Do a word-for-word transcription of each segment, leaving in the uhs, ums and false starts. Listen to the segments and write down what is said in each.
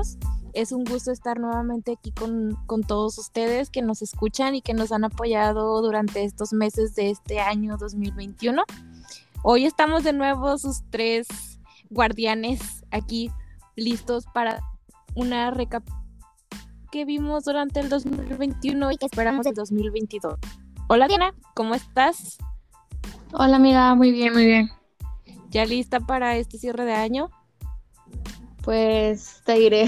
amigos. Es un gusto estar nuevamente aquí con, con todos ustedes que nos escuchan y que nos han apoyado durante estos meses de este año dos mil veintiuno. Hoy estamos de nuevo sus tres guardianes aquí listos para una recapitulación que vimos durante el dos mil veintiuno y que esperamos el dos mil veintidós. Hola Diana, ¿cómo estás? Hola amiga, muy bien, muy bien. ¿Ya lista para este cierre de año? Pues te diré.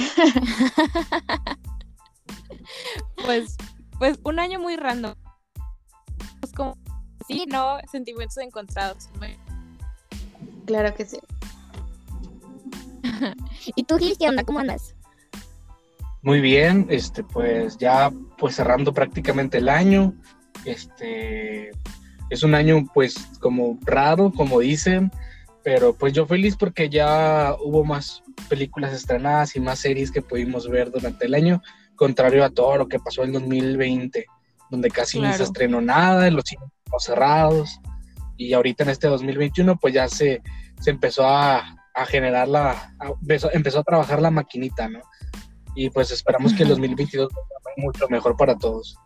pues, pues un año muy random. Pues como sí, no, sentimientos encontrados. Claro que sí. ¿Y tú, Gil, qué onda? ¿Cómo andas? Muy bien, este, pues ya pues cerrando prácticamente el año. Este es un año pues como raro, como dicen, pero pues yo feliz porque ya hubo más películas estrenadas y más series que pudimos ver durante el año, contrario a todo lo que pasó en dos mil veinte, donde casi Claro. no se estrenó nada, los cines estaban cerrados, y ahorita en este dos mil veintiuno pues ya se, se empezó a, a generar la, a, empezó, empezó a trabajar la maquinita, ¿no? Y pues esperamos que el dos mil veintidós sea mucho mejor para todos.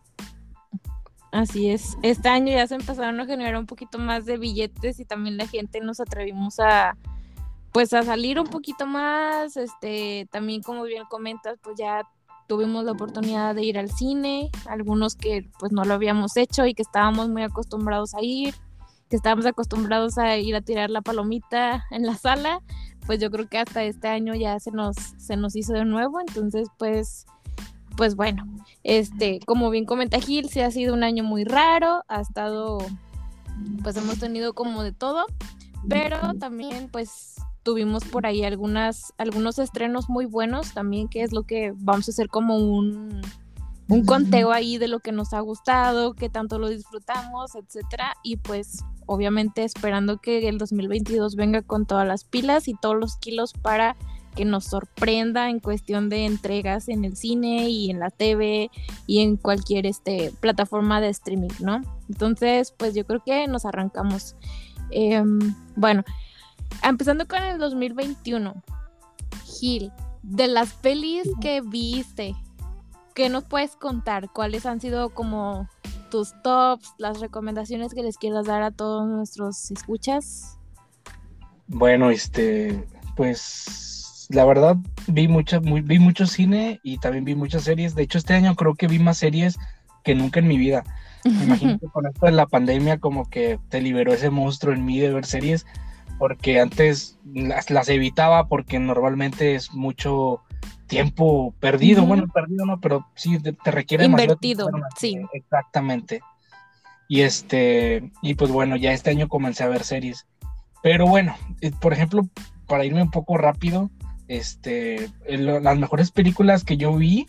Así es, este año ya se empezaron a generar un poquito más de billetes y también la gente nos atrevimos a pues a salir un poquito más, este, también como bien comentas, pues ya tuvimos la oportunidad de ir al cine, algunos que pues no lo habíamos hecho y que estábamos muy acostumbrados a ir, que estábamos acostumbrados a ir a tirar la palomita en la sala, pues yo creo que hasta este año ya se nos, se nos hizo de nuevo, entonces pues, pues bueno, este, como bien comenta Gil, sí ha sido un año muy raro, ha estado, pues hemos tenido como de todo, pero también pues tuvimos por ahí algunas, algunos estrenos muy buenos también, que es lo que vamos a hacer como un, un conteo ahí de lo que nos ha gustado, qué tanto lo disfrutamos, etcétera, y pues obviamente esperando que el dos mil veintidós venga con todas las pilas y todos los kilos para que nos sorprenda en cuestión de entregas en el cine y en la T V y en cualquier este, plataforma de streaming, ¿no? Entonces, pues yo creo que nos arrancamos. Eh, bueno, empezando con el dos mil veintiuno, Gil, de las pelis que viste, ¿qué nos puedes contar? ¿Cuáles han sido como tus tops, las recomendaciones que les quieras dar a todos nuestros escuchas? Bueno, este, pues la verdad vi mucha, muy, vi mucho cine y también vi muchas series. De hecho, este año creo que vi más series que nunca en mi vida. Me imagino que con esto de la pandemia como que te liberó ese monstruo en mí de ver series, porque antes las, las evitaba porque normalmente es mucho tiempo perdido, uh-huh. Bueno, perdido no, pero sí te, te requiere invertido, demasiado tiempo, sí. Exactamente. Y este, y pues bueno, ya este año comencé a ver series. Pero bueno, por ejemplo, para irme un poco rápido, este, el, las mejores películas que yo vi,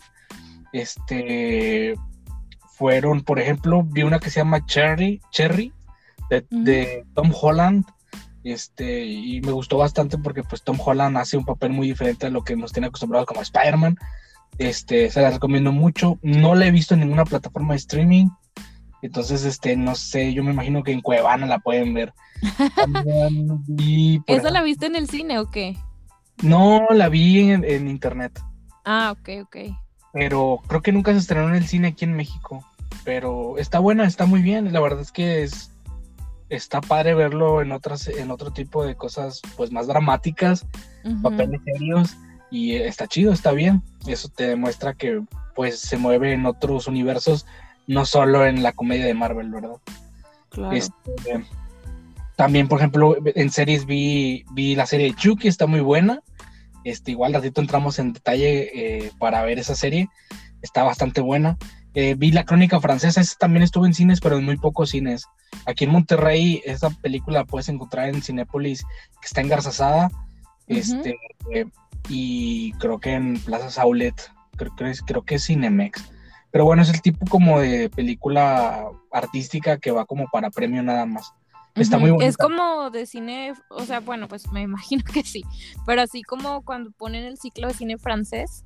este, fueron, por ejemplo, vi una que se llama Cherry, Cherry, de, uh-huh. de Tom Holland. Este, y me gustó bastante porque pues Tom Holland hace un papel muy diferente a lo que nos tiene acostumbrados como Spider-Man. Este, se la recomiendo mucho. No la he visto en ninguna plataforma de streaming, entonces este, no sé, yo me imagino que en Cuevana la pueden ver. También vi, ¿Esa ejemplo, la viste en el cine o qué? No, la vi en, en internet. Ah, ok, ok. Pero creo que nunca se estrenó en el cine aquí en México. Pero está buena, está muy bien. La verdad es que es está padre verlo en otras, en otro tipo de cosas pues más dramáticas, uh-huh. papeles serios, y está chido, está bien. Eso te demuestra que pues se mueve en otros universos, no solo en la comedia de Marvel, ¿verdad? Claro. Este, también, por ejemplo, en series vi, vi la serie de Chucky, está muy buena. Este, igual ratito entramos en detalle eh, para ver esa serie, está bastante buena. Eh, vi La Crónica Francesa, esa también estuvo en cines, pero en muy pocos cines. Aquí en Monterrey, esa película la puedes encontrar en Cinépolis, que está en Garzazada, uh-huh. este, eh, y creo que en Plaza Saulet, creo, creo, creo que es Cinemex. Pero bueno, es el tipo como de película artística que va como para premio nada más. Está uh-huh. muy bonita. Es como de cine, o sea, bueno, pues me imagino que sí, pero así como cuando ponen el ciclo de cine francés.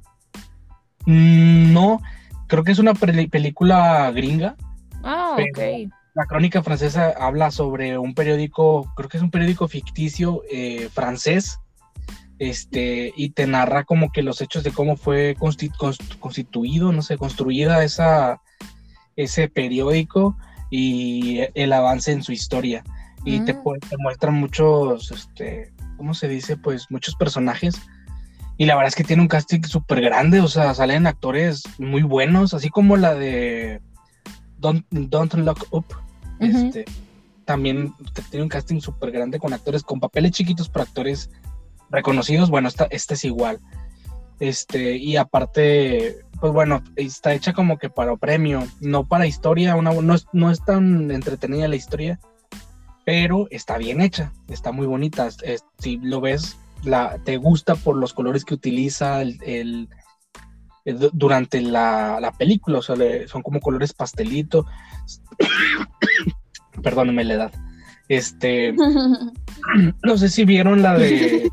Mm, no, creo que es una pre- película gringa. Ah, ok. La Crónica Francesa habla sobre un periódico, creo que es un periódico ficticio eh, francés, este, y te narra como que los hechos de cómo fue constitu- const- constituido, no sé, construida esa, ese periódico y el avance en su historia. Y te, Mm. pu- te muestran muchos, este, ¿cómo se dice? Pues muchos personajes. Y la verdad es que tiene un casting súper grande, o sea, salen actores muy buenos, así como la de Don't, Don't Look Up. Ujú. Este, también te- tiene un casting súper grande con actores, con papeles chiquitos, pero actores reconocidos. Bueno, esta, esta es igual. Este, y aparte, pues bueno, está hecha como que para premio, no para historia, una, no, es, no es tan entretenida la historia, pero está bien hecha, está muy bonita. Es- es- si lo ves, la, te gusta por los colores que utiliza el, el- el- du- durante la, la película, o sea, le- son como colores pastelito. Perdónenme la edad. Este, no sé si vieron la de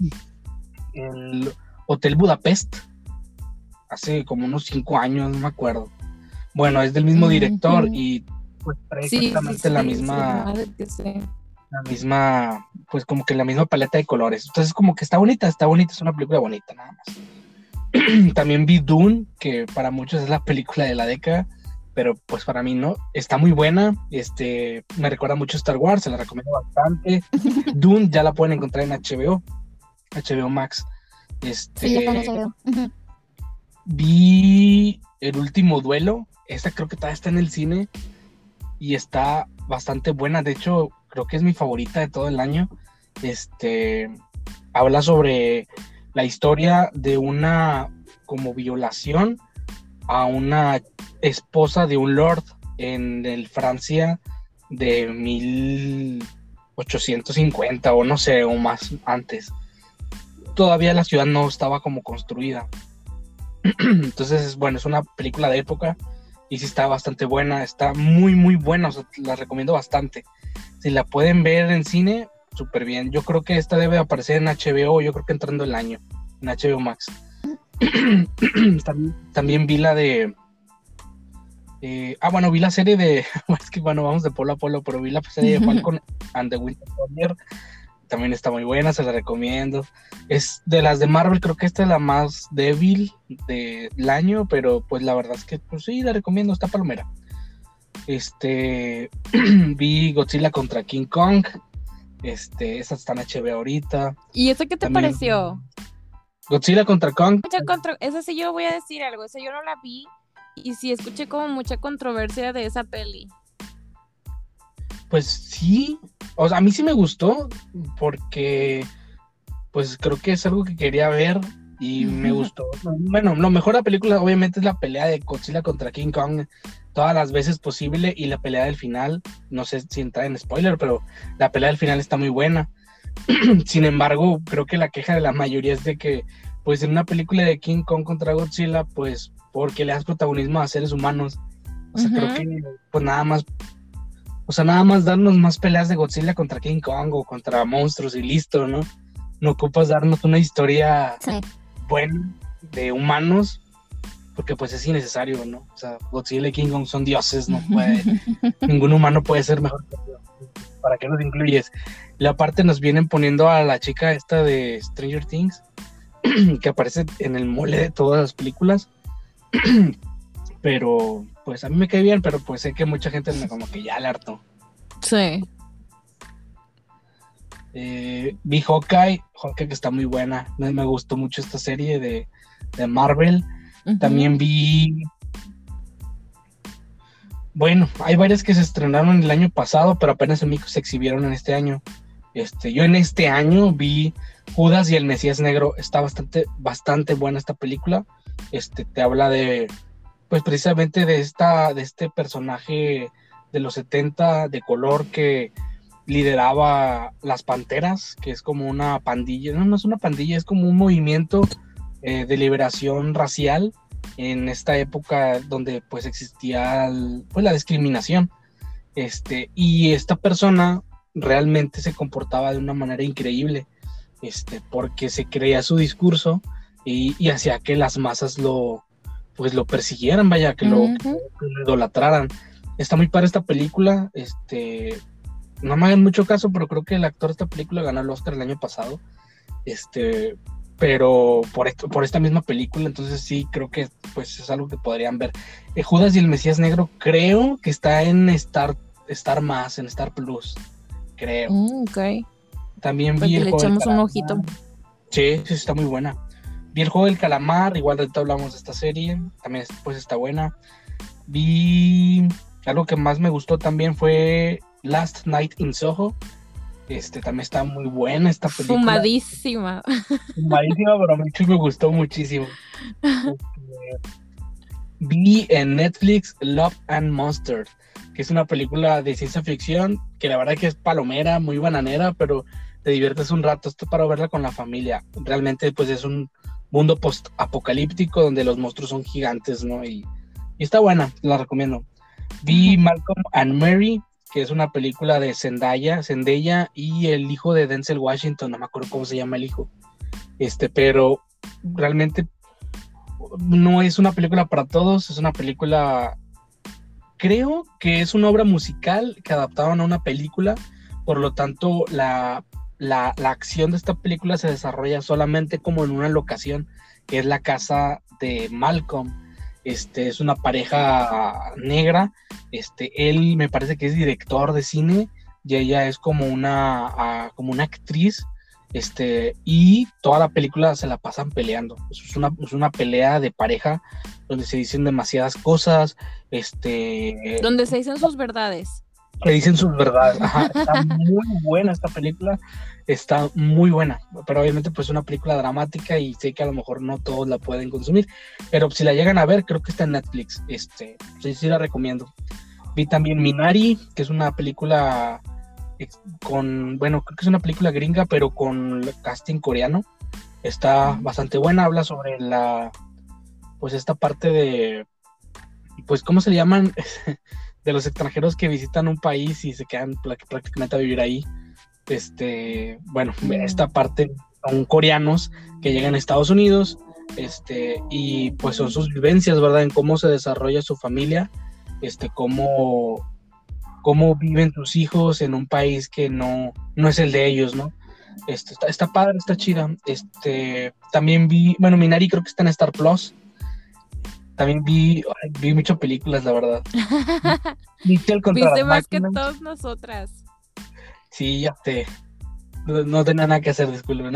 el Hotel Budapest, hace como unos cinco años, no me acuerdo. Bueno, es del mismo director Ujú. y pues trae Sí, sí, exactamente sí, la sí, misma, madre que sí. la misma, pues como que la misma paleta de colores. Entonces como que está bonita, está bonita, es una película bonita nada más. También vi Dune, que para muchos es la película de la década, pero pues para mí no. Está muy buena, este, me recuerda mucho a Star Wars, se la recomiendo bastante. Dune ya la pueden encontrar en H B O, H B O Max. Este, Sí, ya está en H B O. Ujú. vi El Último Duelo, esta creo que todavía está en el cine y está bastante buena, de hecho creo que es mi favorita de todo el año. Este, habla sobre la historia de una como violación a una esposa de un lord en el Francia de mil ochocientos cincuenta o no sé, o más antes. Todavía la ciudad no estaba como construida. Entonces, bueno, es una película de época y sí está bastante buena, está muy muy buena, o sea, la recomiendo bastante. Si la pueden ver en cine, súper bien. Yo creo que esta debe aparecer en H B O, yo creo que entrando el año, en H B O Max. también, también vi la de... eh, ah, bueno, vi la serie de... es que bueno, vamos de polo a polo, pero vi la serie de Falcon and the Winter Soldier. También está muy buena, se la recomiendo. Es de las de Marvel, creo que esta es la más débil del año, pero pues la verdad es que pues sí, la recomiendo, está palomera. Este, vi Godzilla contra King Kong, este, esta está en H B O ahorita. ¿Y eso qué te También- pareció? Godzilla contra Kong, Mucha contro- Esa sí yo voy a decir algo, esa yo no la vi y sí escuché como mucha controversia de esa peli. pues sí, o sea, a mí sí me gustó, porque pues creo que es algo que quería ver y me gustó. Bueno, lo mejor de la película obviamente es la pelea de Godzilla contra King Kong todas las veces posible y la pelea del final, no sé si entra en spoiler, pero la pelea del final está muy buena. Sin embargo, creo que la queja de la mayoría es de que pues en una película de King Kong contra Godzilla, pues porque le das protagonismo a seres humanos. O sea, Ujú. creo que pues nada más, o sea, nada más darnos más peleas de Godzilla contra King Kong o contra monstruos y listo, ¿no? No ocupas darnos una historia Sí. buena de humanos, porque pues es innecesario, ¿no? O sea, Godzilla y King Kong son dioses, no puede, ningún humano puede ser mejor que ellos. ¿Para qué los incluyes? Y aparte nos vienen poniendo a la chica esta de Stranger Things, que aparece en el mole de todas las películas, pero pues a mí me cae bien, pero pues sé que mucha gente me como que ya le hartó. Sí. Eh, vi Hawkeye, Hawkeye que está muy buena, me, me gustó mucho esta serie de, de Marvel. Ujú. También vi, bueno, hay varias que se estrenaron el año pasado, pero apenas en México se exhibieron en este año. Este, yo en este año vi Judas y el Mesías Negro, está bastante, bastante buena esta película. Este, te habla de, pues precisamente de esta, de este personaje de los setenta de color que lideraba las Panteras, que es como una pandilla, no, no es una pandilla, es como un movimiento eh, de liberación racial en esta época donde pues existía el, pues la discriminación. Este, y esta persona realmente se comportaba de una manera increíble, este, porque se creía su discurso y, y hacía que las masas lo, pues lo persiguieran, vaya, que lo, Ujú. que lo idolatraran. Está muy padre esta película, este, no me hagan mucho caso, pero creo que el actor de esta película ganó el Oscar el año pasado. este, pero por esto, por esta misma película, entonces sí creo que pues es algo que podrían ver. Eh, Judas y el Mesías Negro creo que está en Star, Star Más, en Star Plus, creo. Mm, ok. También Pues vi que el le juego del echamos un calamar. ojito. Sí, sí, está muy buena. Vi el juego del calamar, igual ahorita hablamos de esta serie, también pues está buena. Vi algo que más me gustó también fue Last Night in Soho. Este también está muy buena esta película. Fumadísima. Fumadísima, pero a mí sí me gustó muchísimo. Este, vi en Netflix Love and Monsters, que es una película de ciencia ficción que la verdad que es palomera, muy bananera, pero te diviertes un rato. Esto es para verla con la familia. Realmente pues es un mundo post-apocalíptico donde los monstruos son gigantes, ¿no? Y, y está buena, la recomiendo. Vi uh-huh. Malcolm and Mary, que es una película de Zendaya, Zendaya y el hijo de Denzel Washington, no me acuerdo cómo se llama el hijo, este, pero realmente no es una película para todos, es una película, creo que es una obra musical que adaptaron a una película, por lo tanto la, la, la acción de esta película se desarrolla solamente como en una locación, que es la casa de Malcolm. Este, es una pareja negra, este, él me parece que es director de cine y ella es como una, uh, como una actriz, este, y toda la película se la pasan peleando. Es una, es una pelea de pareja donde se dicen demasiadas cosas, este, donde se dicen sus verdades. Que dicen sus verdades. Ajá, está muy buena esta película, está muy buena, pero obviamente pues es una película dramática y sé que a lo mejor no todos la pueden consumir, pero si la llegan a ver, creo que está en Netflix, este, sí, sí la recomiendo. Vi también Minari, que es una película con, bueno, creo que es una película gringa, pero con casting coreano, está bastante buena, habla sobre la, pues esta parte de, pues, ¿cómo se le llaman? De los extranjeros que visitan un país y se quedan prácticamente a vivir ahí. Este, bueno, mm. esta parte son coreanos que llegan a Estados Unidos, este, y pues son sus vivencias, ¿verdad? En cómo se desarrolla su familia, este, cómo, cómo viven sus hijos en un país que no, no es el de ellos, ¿no? Este, está, está padre, está chida. Este, también vi, bueno, Minari creo que está en Star Plus. También vi, ay, vi muchas películas, la verdad. Mitchell contra Viste las más máquinas. que todas nosotras. Sí, ya te. No, no tenía nada que hacer, disculpen.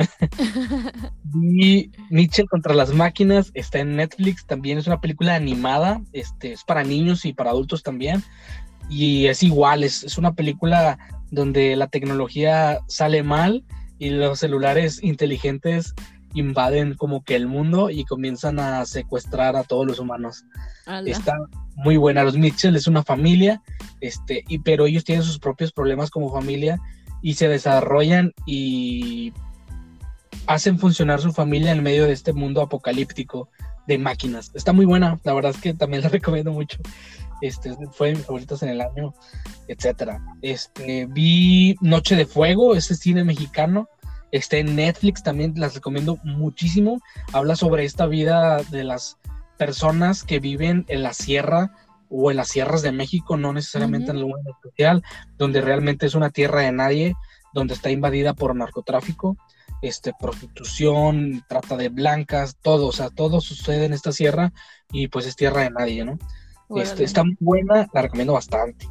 Vi Mitchell contra las máquinas, está en Netflix, también es una película animada, este, es para niños y para adultos también. Y es igual, es, es una película donde la tecnología sale mal y los celulares inteligentes invaden como que el mundo y comienzan a secuestrar a todos los humanos. Ala. Está muy buena. Los Mitchell es una familia, este, y pero ellos tienen sus propios problemas como familia y se desarrollan y hacen funcionar su familia en medio de este mundo apocalíptico de máquinas. Está muy buena, la verdad es que también la recomiendo mucho. Este, fue de mis favoritos en el año, etcétera. Este, vi Noche de Fuego, ese cine mexicano. Está en Netflix, también las recomiendo muchísimo. Habla sobre esta vida de las personas que viven en la sierra o en las sierras de México, no necesariamente uh-huh. en el lugar especial, donde realmente es una tierra de nadie, donde está invadida por narcotráfico, este, prostitución, trata de blancas, todo, o sea, todo sucede en esta sierra y pues es tierra de nadie, ¿no? Este, está muy buena, la recomiendo bastante.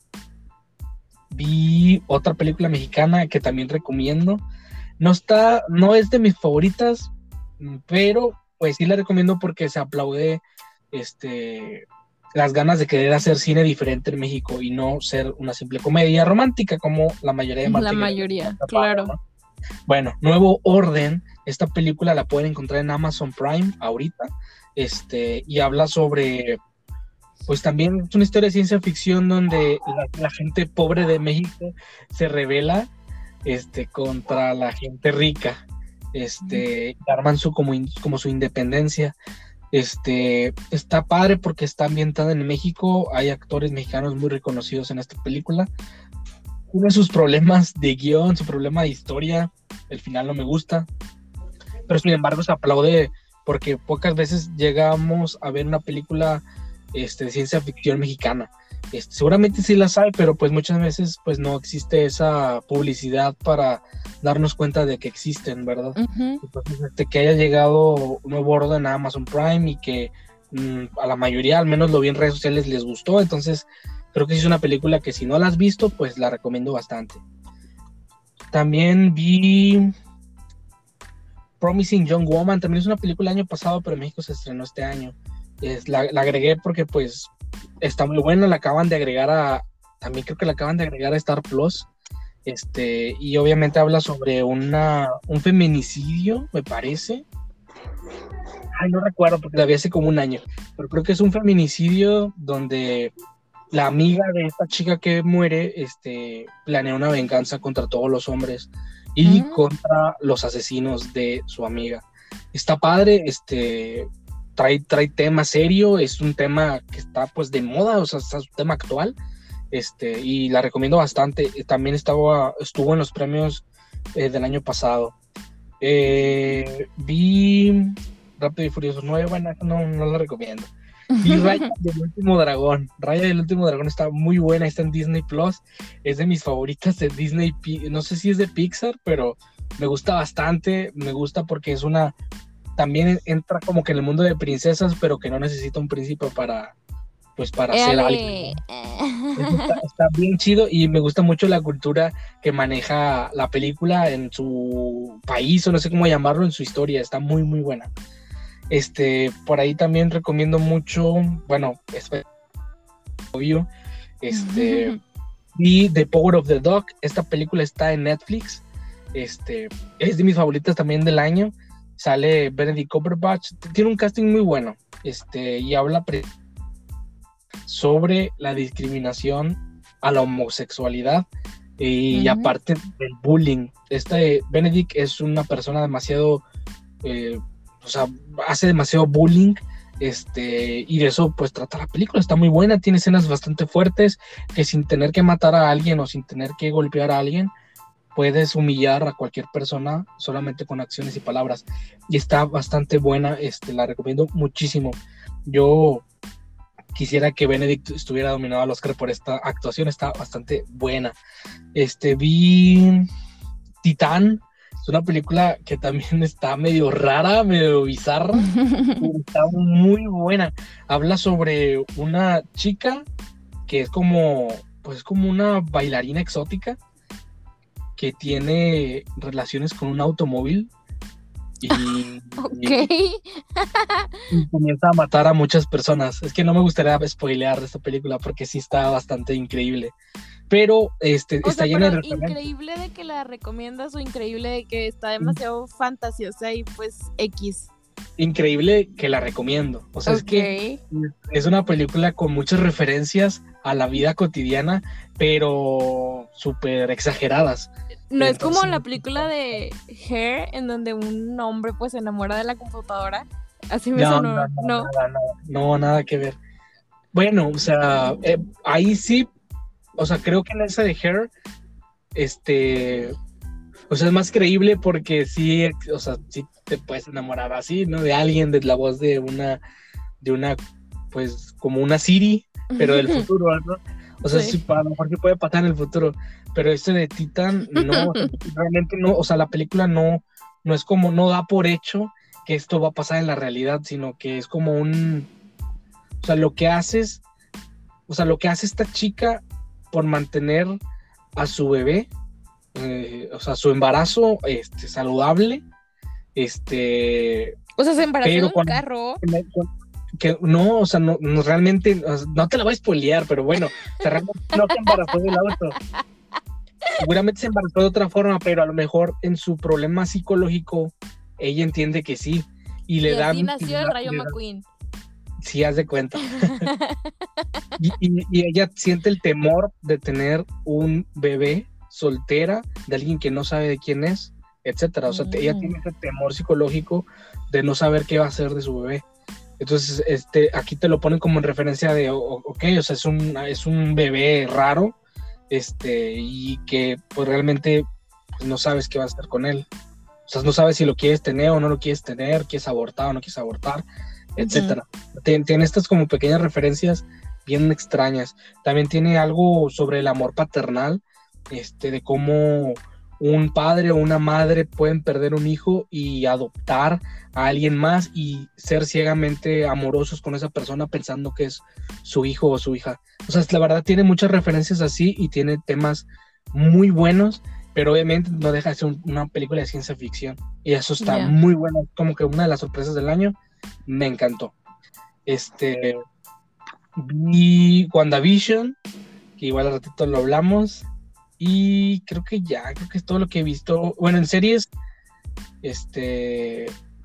Vi otra película mexicana que también recomiendo. No está, no es de mis favoritas, pero pues sí la recomiendo porque se aplaude este, las ganas de querer hacer cine diferente en México y no ser una simple comedia romántica como la mayoría de La mayoría, claro. ¿No? Bueno, Nuevo Orden, esta película la pueden encontrar en Amazon Prime ahorita, este, y habla sobre, pues también es una historia de ciencia ficción donde la, la gente pobre de México se rebela este, contra la gente rica, este, mm. arman su como, in, como su independencia. Este, está padre porque está ambientada en México, hay actores mexicanos muy reconocidos en esta película. Tiene sus problemas de guión, su problema de historia, el final no me gusta, pero sin embargo se aplaude porque pocas veces llegamos a ver una película este, de ciencia ficción mexicana. Este, seguramente sí las hay, pero pues muchas veces pues no existe esa publicidad para darnos cuenta de que existen, ¿verdad? Ujú. Entonces, este, que haya llegado un nuevo orden a Amazon Prime y que mmm, a la mayoría, al menos lo vi en redes sociales, les gustó. Entonces creo que sí es una película que si no la has visto, pues la recomiendo bastante. También vi Promising Young Woman, también es una película el año pasado, pero en México se estrenó este año. Es, la, la agregué porque pues está muy buena, la acaban de agregar a, también creo que la acaban de agregar a Star Plus, este, y obviamente habla sobre una, un feminicidio, me parece. Ay, no recuerdo porque la vi hace como un año, pero creo que es un feminicidio donde la amiga de esta chica que muere, este, planea una venganza contra todos los hombres y Mm. contra los asesinos de su amiga. Está padre, este, trae, trae tema serio, es un tema que está pues de moda, o sea, es un tema actual, este, y la recomiendo bastante. También estaba, estuvo en los premios eh, del año pasado. Eh, vi Rápido y Furioso nueve, bueno, no, no la recomiendo. Y Raya del Último Dragón. Raya del Último Dragón está muy buena, está en Disney Plus. Es de mis favoritas de Disney. No sé si es de Pixar, pero me gusta bastante. Me gusta porque es una. También entra como que en el mundo de princesas, pero que no necesita un príncipe para. Pues para ser alguien. Está, está bien chido y me gusta mucho la cultura que maneja la película en su país, o no sé cómo llamarlo, en su historia. Está muy, muy buena. Este, por ahí también recomiendo mucho, bueno, es obvio, este, y The Power of the Dog. Esta película está en Netflix, este, es de mis favoritas también del año. Sale Benedict Cumberbatch, tiene un casting muy bueno, este, y habla pre- sobre la discriminación a la homosexualidad y Uh-huh. aparte del bullying. Este Benedict es una persona demasiado eh, o sea, hace demasiado bullying, este, y de eso pues trata la película. Está muy buena, tiene escenas bastante fuertes que sin tener que matar a alguien o sin tener que golpear a alguien puedes humillar a cualquier persona solamente con acciones y palabras, y está bastante buena. Este, la recomiendo muchísimo. Yo quisiera que Benedict estuviera nominado al Oscar por esta actuación, está bastante buena. Este, vi Titán. Es una película que también está medio rara, medio bizarra, está muy buena. Habla sobre una chica que es como, pues como una bailarina exótica que tiene relaciones con un automóvil y, Ok. y, y comienza a matar a muchas personas. Es que no me gustaría spoilear de esta película porque sí está bastante increíble. Pero este, O está sea, llena de pero referencias. increíble de que la recomiendas o increíble de que está demasiado fantasiosa y pues X. Increíble que la recomiendo. O sea, Ok. es que es una película con muchas referencias a la vida cotidiana, pero súper exageradas. No es Entonces, como la película de Hair, en donde un hombre pues se enamora de la computadora. Así me no, sonó. no, no, No. nada, nada, no, nada que ver. Bueno, o sea, eh, ahí sí, o sea, creo que en esa de Hair, este, o sea, es más creíble porque sí, o sea, sí te puedes enamorar así, ¿no? De alguien, de la voz de una, de una, pues, como una Siri, pero del futuro, ¿no? O sea, Sí. sí, a lo mejor sí puede pasar en el futuro, pero este de Titan, no, o sea, realmente no, o sea, la película no, no es como, no da por hecho que esto va a pasar en la realidad, sino que es como un, o sea, lo que haces, o sea, lo que hace esta chica por mantener a su bebé, eh, o sea, su embarazo, este, saludable, este, O sea, se embarazó pero de un cuando, carro. que no, o sea, no, no realmente, o sea, no te la voy a spoilear, pero bueno, o sea, realmente no se embarazó del auto. Seguramente se embarazó de otra forma, pero a lo mejor en su problema psicológico ella entiende que sí y le Y dan, así nació le el da- Rayo le da- McQueen. sí, haz de cuenta. Y, y- y ella siente el temor de tener un bebé soltera de alguien que no sabe de quién es, etcétera. O sea, te- ella Mm. tiene ese temor psicológico de no saber qué va a hacer de su bebé. Entonces, este, aquí te lo ponen como en referencia de, o- ok, o sea, es un, es un bebé raro, este, y que pues realmente pues, no sabes qué va a hacer con él. O sea, no sabes si lo quieres tener o no lo quieres tener, quieres abortar o no quieres abortar, etcétera. Tien- Tiene estas como pequeñas referencias bien extrañas. También tiene algo sobre el amor paternal, este, de cómo un padre o una madre pueden perder un hijo y adoptar a alguien más y ser ciegamente amorosos con esa persona pensando que es su hijo o su hija. O sea, la verdad tiene muchas referencias así y tiene temas muy buenos, pero obviamente no deja de ser un, una película de ciencia ficción y eso está Yeah. muy bueno, como que una de las sorpresas del año. Me encantó. Este, vi WandaVision, que igual al ratito lo hablamos. Y creo que ya, creo que es todo lo que he visto. Bueno, en series, este,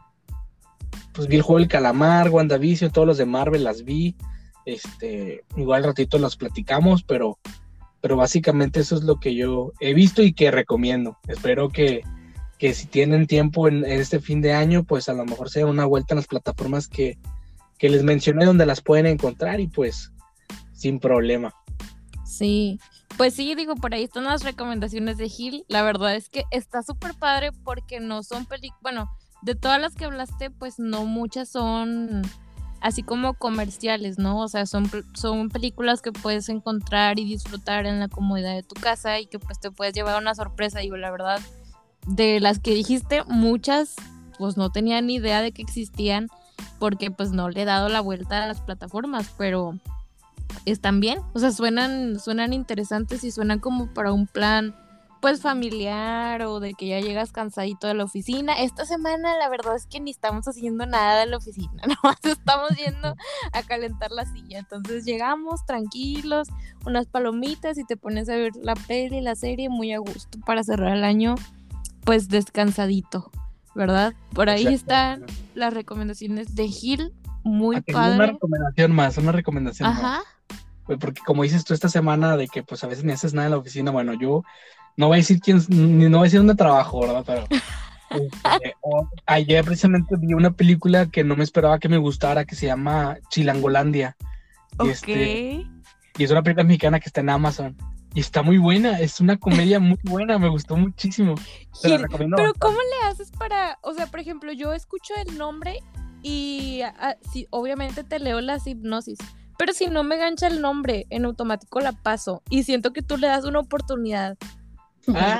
pues vi el juego del calamar, WandaVision, todos los de Marvel las vi. Este, igual al ratito los platicamos, pero, pero básicamente eso es lo que yo he visto y que recomiendo. Espero que, que si tienen tiempo en, en este fin de año, pues a lo mejor se den una vuelta en las plataformas que, que les mencioné donde las pueden encontrar y pues sin problema. Sí, pues sí, digo, por ahí están las recomendaciones de Gil. La verdad es que está súper padre porque no son películas, bueno, de todas las que hablaste, pues no muchas son así como comerciales, ¿no? O sea, son, son películas que puedes encontrar y disfrutar en la comodidad de tu casa y que pues te puedes llevar una sorpresa. Digo, la verdad, de las que dijiste, muchas pues no tenía ni idea de que existían porque pues no le he dado la vuelta a las plataformas, pero están bien, o sea, suenan, suenan interesantes y suenan como para un plan pues familiar o de que ya llegas cansadito de la oficina. Esta semana la verdad es que ni estamos haciendo nada de la oficina, nomás estamos yendo a calentar la silla, entonces llegamos tranquilos, unas palomitas y te pones a ver la peli, la serie muy a gusto para cerrar el año pues descansadito, ¿verdad? Por ahí están las recomendaciones de Gil, muy Aquí padre. una recomendación más, una recomendación Ajá. más. Pues porque como dices tú esta semana de que pues a veces ni haces nada en la oficina, bueno, yo no voy a decir quién, ni no voy a decir dónde trabajo, ¿verdad? Pero este, o, ayer precisamente vi una película que no me esperaba que me gustara, que se llama Chilangolandia. Y, Ok. este, y es una película mexicana que está en Amazon. Y está muy buena, es una comedia muy buena, me gustó muchísimo. Te la Gil, recomiendo pero bastante. ¿cómo le haces para, o sea, por ejemplo, yo escucho el nombre y ah, sí, obviamente te leo las hipnosis, pero si no me gancha el nombre, en automático la paso y siento que tú le das una oportunidad. Ah,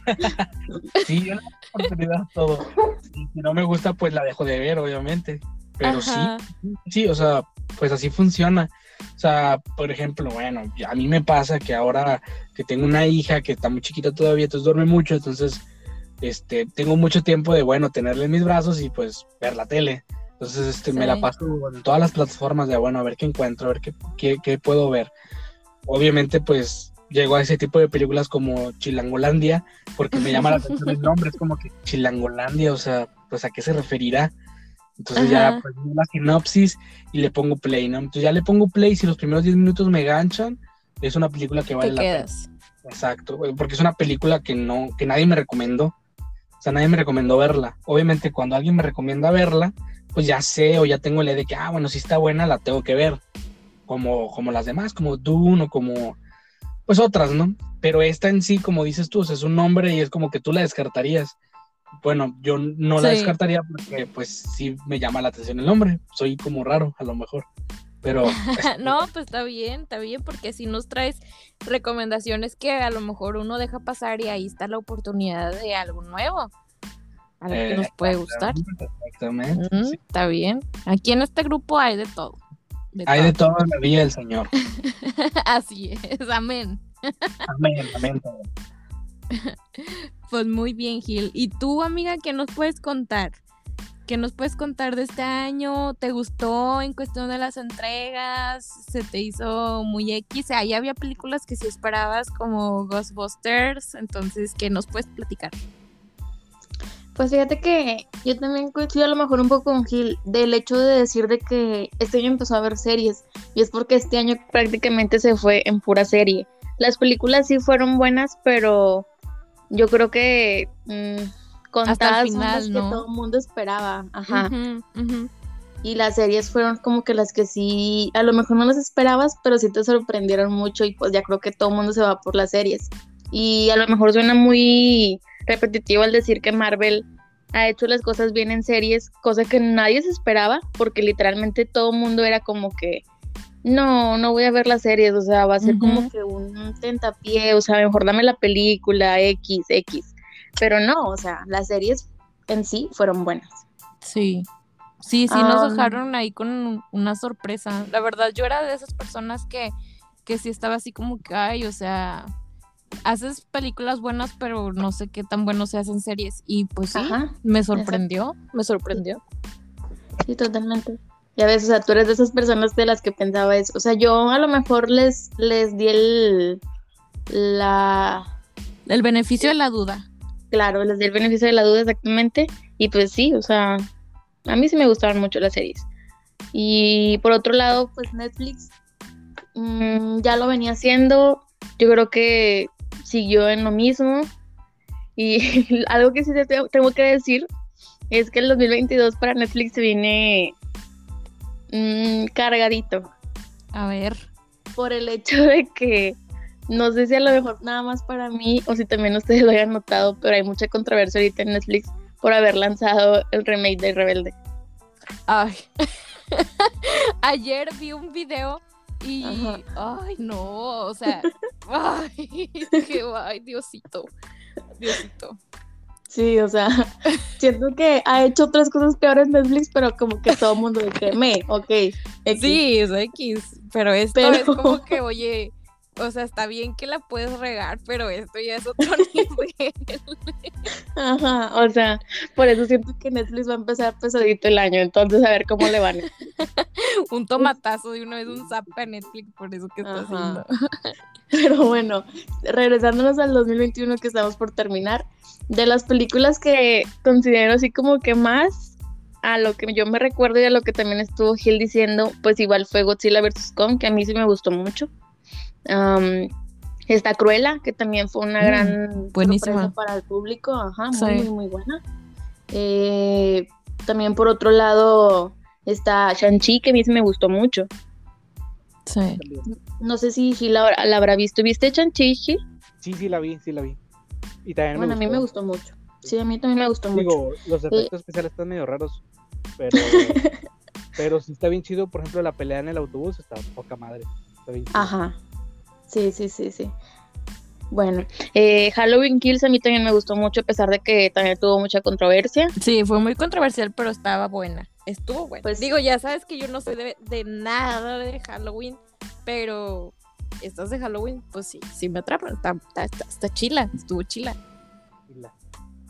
sí, yo le doy oportunidad a todo. Y si no me gusta, pues la dejo de ver, obviamente. Pero Ajá. sí, sí, o sea, pues así funciona. O sea, por ejemplo, bueno, a mí me pasa que ahora que tengo una hija que está muy chiquita todavía, entonces duerme mucho, entonces este, tengo mucho tiempo de, bueno, tenerla en mis brazos y pues ver la tele. Entonces este, Sí. me la paso en todas las plataformas de, bueno, a ver qué encuentro, a ver qué, qué, qué puedo ver. Obviamente, pues, llego a ese tipo de películas como Chilangolandia, porque me llama la atención el nombre, es como que Chilangolandia, o sea, pues, ¿a qué se referirá? Entonces Ajá. ya, pues, veo la sinopsis y le pongo play, ¿no? Entonces ya le pongo play, si los primeros diez minutos me ganchan, es una película que vale Te la pena. quedas. Exacto, porque es una película que no, que nadie me recomendó, o sea, nadie me recomendó verla. Obviamente, cuando alguien me recomienda verla, pues ya sé o ya tengo la idea de que, ah, bueno, si está buena, la tengo que ver, como, como las demás, como Dune o como, pues otras, ¿no? Pero esta en sí, como dices tú, o sea, es un nombre y es como que tú la descartarías. Bueno, yo no la Sí. descartaría porque, pues, sí me llama la atención el nombre, soy como raro, a lo mejor, pero... No, pues está bien, está bien, porque si nos traes recomendaciones que a lo mejor uno deja pasar y ahí está la oportunidad de algo nuevo, algo que eh, nos puede gustar. Exactamente, Mm, sí. Está bien. Aquí en este grupo hay de todo. De Hay de todo. todo en la vida del Señor. Así es, amén. Amén, amén. Pues muy bien, Gil. ¿Y tú, amiga, qué nos puedes contar? ¿Qué nos puedes contar de este año? ¿Te gustó en cuestión de las entregas? ¿Se te hizo muy X? Ahí había películas que sí esperabas como Ghostbusters, entonces, ¿qué nos puedes platicar? Pues fíjate que yo también coincido a lo mejor un poco con Gil del hecho de decir de que este año empezó a ver series y es porque este año prácticamente se fue en pura serie. Las películas sí fueron buenas, pero yo creo que mmm, contadas final, son las ¿no? que todo el mundo esperaba. Ajá. Uh-huh, uh-huh. Y las series fueron como que las que sí, a lo mejor no las esperabas, pero sí te sorprendieron mucho y pues ya creo que todo el mundo se va por las series. Y a lo mejor suena muy repetitivo al decir que Marvel ha hecho las cosas bien en series, cosa que nadie se esperaba, porque literalmente todo el mundo era como que no, no voy a ver las series, o sea, va a ser Ujú. como que un tentapié, o sea, mejor dame la película X, X. Pero no, o sea, las series en sí fueron buenas. Sí. Sí, sí nos Am, dejaron ahí con un- una sorpresa. La verdad, yo era de esas personas que, que sí estaba así como que, ay, o sea, haces películas buenas, pero no sé qué tan bueno se hacen series. Y pues sí, ajá, me exacto, sorprendió, me sorprendió. sí, totalmente. Ya ves, o sea, tú eres de esas personas de las que pensaba eso. O sea, yo a lo mejor les, les di el, la, El beneficio de la duda. claro, les di el beneficio de la duda exactamente. Y pues sí, o sea, a mí sí me gustaban mucho las series. Y por otro lado, pues Netflix mm, ya lo venía haciendo. Yo creo que siguió en lo mismo. Y algo que sí te tengo tengo que decir es que el dos mil veintidós para Netflix se viene mm, cargadito. A ver. Por el hecho de que no sé si a lo mejor nada más para mí o si también ustedes lo hayan notado, pero hay mucha controversia ahorita en Netflix por haber lanzado el remake de Rebelde. Ay. Ayer vi un video y, Ajá. ay, no, o sea, ay, dije, ay, Diosito, Diosito. Sí, o sea, siento que ha hecho otras cosas peores Netflix, pero como que todo el mundo de que me, ok, X. Sí, es X, pero esto Pero- es como que, oye, o sea, está bien que la puedes regar, pero esto ya es otro nivel. Ajá, o sea, por eso siento que Netflix va a empezar pesadito el año, entonces a ver cómo le van. Un tomatazo de una vez, un zap a Netflix por eso que está Ajá. haciendo. Pero bueno, regresándonos al dos mil veintiuno que estamos por terminar, de las películas que considero así como que más a lo que yo me recuerdo y a lo que también estuvo Gil diciendo, pues igual fue Godzilla versus. Kong, que a mí sí me gustó mucho. Um, está Cruella, que también fue una Mm, gran buenísima. sorpresa para el público, ajá, muy, Sí. muy, muy buena. Eh, también por otro lado está Shang-Chi, que a mí sí me gustó mucho. Sí. También. No sé si Gil la, la habrá visto. ¿Viste Shang-Chi, Gil? Sí, sí la vi, sí la vi. Y también Bueno, a me mí me gustó. gustó mucho. Sí, a mí también me gustó mucho. Digo, los efectos especiales están medio raros, pero pero sí está bien chido. Por ejemplo, la pelea en el autobús está poca madre. Está bien chido. Ajá. Sí, sí, sí, sí. Bueno, eh, Halloween Kills a mí también me gustó mucho, a pesar de que también tuvo mucha controversia. Sí, fue muy controversial, pero estaba buena. Estuvo buena. Pues- Digo, ya sabes que yo no soy de, de nada de Halloween, pero estas de Halloween, pues sí, sí me atrapan. Está, está, está, está chila, estuvo chila. Y la-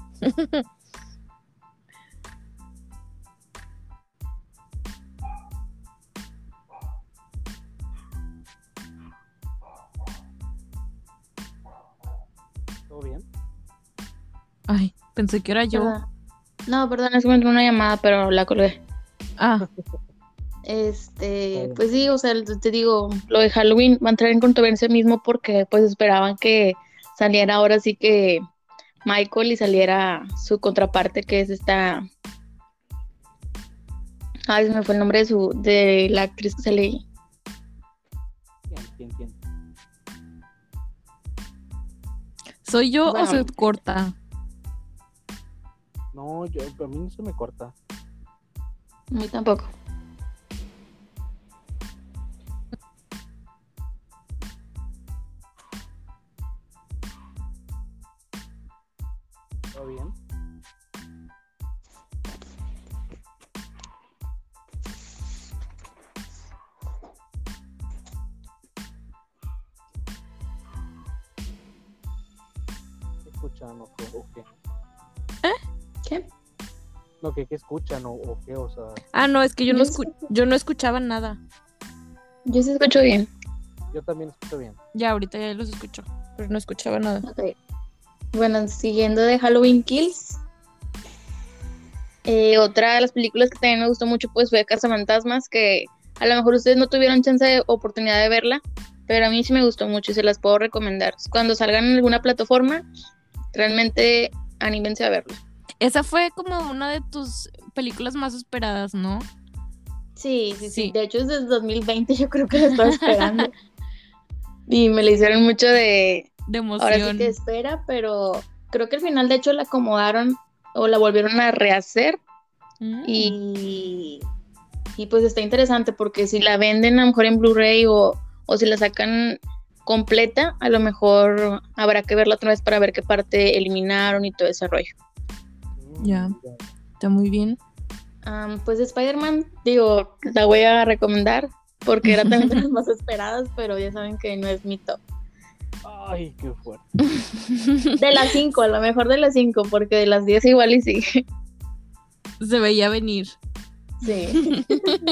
¿Todo bien? Ay, pensé que era yo. ¿Verdad? No, perdón, es que me entró una llamada, pero la colgué. Ah, Este, Oh. pues sí, o sea, te digo, lo de Halloween va a entrar en controversia mismo porque pues esperaban que saliera ahora sí que Michael y saliera su contraparte, que es esta. Ay, se me fue el nombre de su, de la actriz que sale ahí. ¿Quién, quién, quién? ¿soy yo Bueno. o se corta? No, yo, a mí no se me corta. A mí tampoco. ¿Todo bien? ¿Qué escuchan o qué? o qué? ¿Qué? No, que qué escuchan o, o qué, o sea, Ah, no, es que yo no, Yo escu- yo no escuchaba nada. Yo sí escucho bien. yo también escucho bien. Ya, ahorita ya los escucho, pero no escuchaba nada. Ok. Bueno, siguiendo de Halloween Kills. eh, otra de las películas que también me gustó mucho pues fue Cazafantasmas, que a lo mejor ustedes no tuvieron chance de oportunidad de verla, pero a mí sí me gustó mucho y se las puedo recomendar. Cuando salgan en alguna plataforma, realmente anímense a verla. Esa fue como una de tus películas más esperadas, ¿no? Sí, sí, sí, Sí. De hecho, desde el dos mil veinte yo creo que la estaba esperando. Y me le hicieron mucho de, De emoción. ahora sí que espera, pero creo que al final de hecho la acomodaron o la volvieron a rehacer Mm. y Y pues está interesante porque si la venden a lo mejor en Blu-ray o, o si la sacan completa, a lo mejor habrá que verla otra vez para ver qué parte eliminaron y todo ese rollo. Ya. Está muy bien. Um, pues Spider-Man, digo, la voy a recomendar porque era también de las más esperadas, pero ya saben que no es mi top. Ay, qué fuerte. De las cinco, a lo mejor de las cinco, porque de las diez igual y sí. Se veía venir. Sí.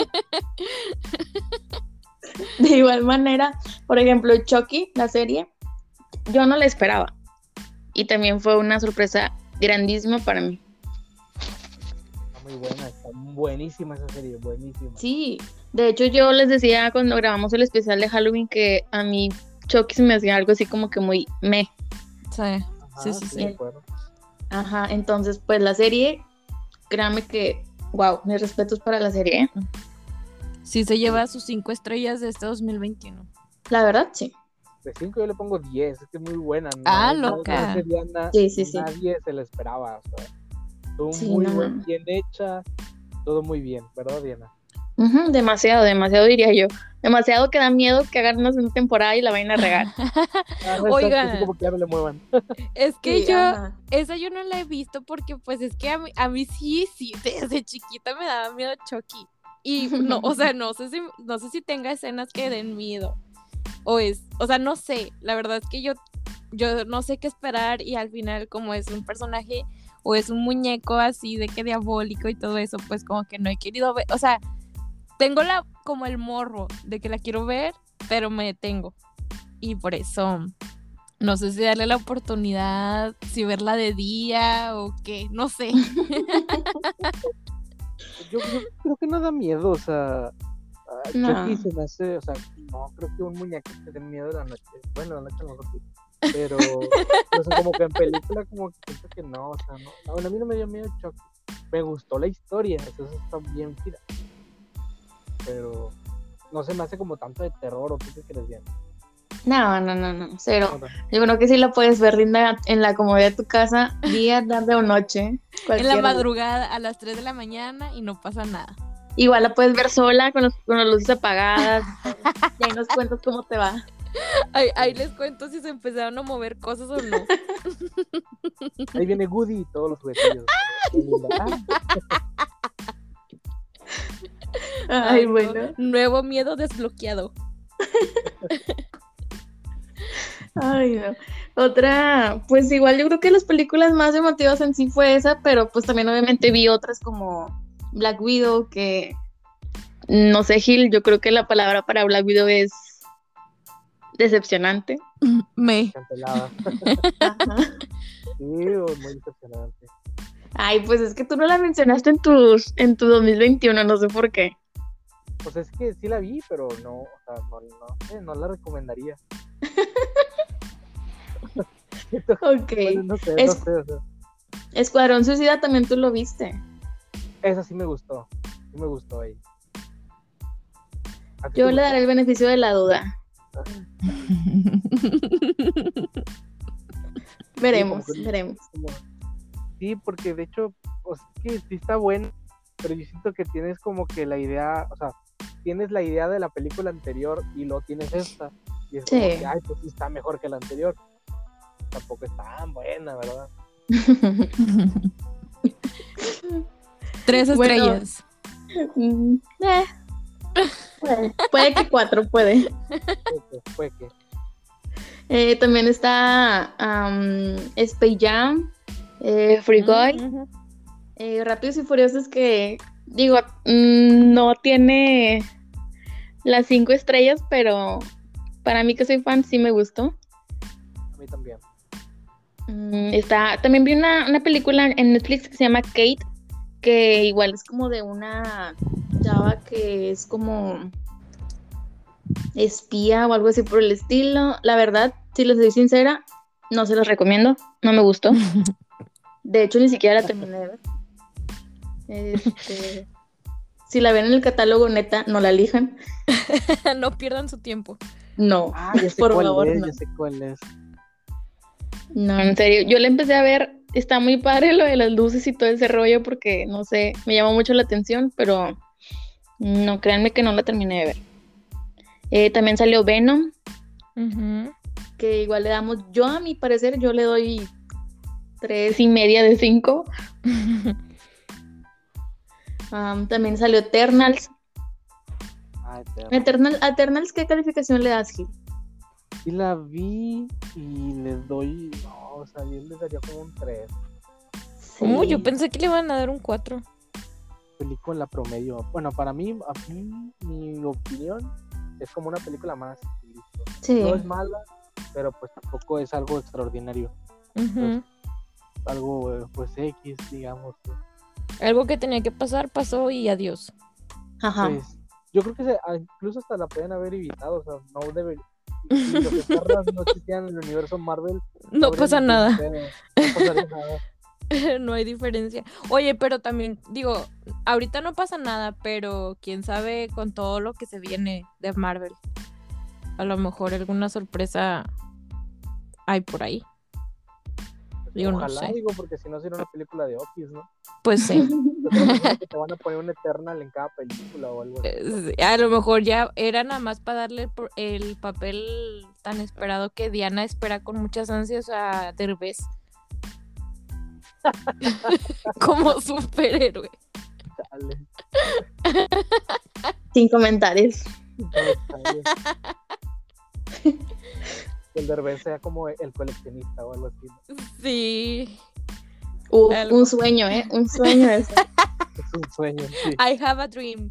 De igual manera, por ejemplo, Chucky, la serie, yo no la esperaba. Y también fue una sorpresa grandísima para mí. Está muy buena, está buenísima esa serie, buenísima. Sí, de hecho yo les decía cuando grabamos el especial de Halloween que a mí Chucky se me hacía algo así como que muy meh. Sí, Ajá, sí, sí, sí. de acuerdo. Ajá, entonces pues la serie, créanme que, wow, mis respetos para la serie, ¿eh? Sí, se lleva sus cinco estrellas de este dos mil veintiuno. La verdad, sí. De cinco yo le pongo diez, es que es muy buena. ¿No? Ah, No- loca. no sería na- Sí, sí, sí. Nadie se la esperaba. O sea, estuvo Sí, muy no, buen- no. bien hecha, todo muy bien, ¿verdad, Diana? Ujú, demasiado, demasiado diría yo. Demasiado que da miedo que hagan una segunda temporada y la vayan a regar. Ah, Oigan. así como que ya no le muevan. Es que Sí, yo, ajá. esa yo no la he visto porque pues es que a mí, a mí sí, sí, desde chiquita me daba miedo Chucky. Y no, o sea, no sé si, no sé si tenga escenas que den miedo. O es, o sea, no sé, la verdad es que yo, yo no sé qué esperar y al final como es un personaje o es un muñeco así de que diabólico y todo eso, pues como que no he querido ver, o sea, tengo la, como el morro de que la quiero ver, pero me detengo. Y por eso, no sé si darle la oportunidad, si verla de día o qué, no sé. Yo, yo creo que no da miedo, o sea, ah, No. Chucky se me hace, o sea, no creo que un muñeco te dé miedo de la noche. Bueno, la noche a lo mejor sí, pero, o sea, como que en película como que siento que no, o sea, no, no, bueno, a mí no me dio miedo Chucky. Me gustó la historia, o sea, eso está bien chida. Pero no se me hace como tanto de terror, o tú qué crees bien. No, no, no, no, cero. Yo creo que sí la puedes ver linda en la comodidad de tu casa, día, tarde o noche. En cualquier la hora. madrugada a las tres de la mañana y no pasa nada. Igual la puedes ver sola, con, los, con las luces apagadas. Y ahí nos cuentas cómo te va. Ahí, ahí les cuento si se empezaron a mover cosas o no. Ahí viene Woody y todos los juguetillos. Qué linda. Ah, Ay, no. bueno. Nuevo miedo desbloqueado. Ay, no. Otra, pues igual yo creo que las películas más emotivas en sí fue esa, pero pues también obviamente vi otras como Black Widow, que no sé, Gil, yo creo que la palabra para Black Widow es decepcionante. Me. Cancelada. Ajá. Sí, muy decepcionante. Ay, pues es que tú no la mencionaste en tus, en tu dos mil veintiuno, no sé por qué. Pues es que sí la vi, pero no, o sea, no, no sé, no la recomendaría. Ok. Bueno, no sé, Es- no sé, o sea, Escuadrón Suicida también tú lo viste. esa sí me gustó, sí me gustó ahí. ¿A ti Yo te le gustó? daré el beneficio de la duda. Veremos, como que- veremos. Como- Sí, porque de hecho, pues que sí está bueno, pero yo siento que tienes como que la idea, o sea, tienes la idea de la película anterior y luego tienes esta, y es como Sí. que, ay, pues sí está mejor que la anterior. Tampoco es tan buena, ¿verdad? Tres Bueno. estrellas. Mm, eh. Puede, puede que cuatro, puede. Fue que, fue que. Eh, también está um, Space Jam, eh, Free Guy, Ujú. eh, Rápidos y Furiosos, que digo, mm, no tiene las cinco estrellas, pero para mí que soy fan sí me gustó. A mí también. Mm, está, también vi una, una película en Netflix que se llama Kate, que igual es como de una chava que es como espía o algo así por el estilo. La verdad, si les soy sincera, no se los recomiendo, no me gustó. De hecho, ni siquiera la terminé de ver. Este, si la ven en el catálogo, neta, no la elijan. No pierdan su tiempo. No, Ah, ya sé por cuál favor, es, no. ya sé cuál es. No, en serio, yo la empecé a ver, está muy padre lo de las luces y todo ese rollo porque, no sé, me llamó mucho la atención, pero No, créanme que no la terminé de ver. Eh, también salió Venom, Ujú. que igual le damos, yo a mi parecer, yo le doy tres y media de cinco. Um, también salió Eternals. Ah, eterno. Eternal, a Eternals, ¿qué calificación le das, Gil? Sí la vi y les doy, no, o sea, yo les daría como un tres. ¿Cómo? Sí. Yo pensé que le iban a dar un cuatro. Película promedio. Bueno, para mí, a mí, mi opinión, es como una película más. y listo. Sí. No es mala, pero pues tampoco es algo extraordinario. Ujú. Algo, eh, pues, X, digamos. pues. Algo que tenía que pasar, pasó y adiós. Ajá. Pues, yo creo que se, ah, incluso hasta la pueden haber evitado, o sea, no debe. Si los Eternals no existían en el universo Marvel, No habría pasa ningún nada. pedo, no pasaría nada. No hay diferencia. Oye, pero también, digo, ahorita no pasa nada, pero quién sabe con todo lo que se viene de Marvel. A lo mejor alguna sorpresa hay por ahí. Digo, no Ojalá, sé. digo, porque si no sería una película de Office, ¿no? Pues sí. Yo te imagino que te van a poner un Eternal en cada película o algo así. Eh, A lo mejor ya era nada más para darle el, por- el papel tan esperado que Diana espera con muchas ansias a Derbez. Como superhéroe. Chale. Sin comentarios. No, chale. Que el Derbez sea como el coleccionista o algo así, ¿no? Sí. Uf, Algo. un sueño, ¿eh? Un sueño eso. Es un sueño, sí. I have a dream.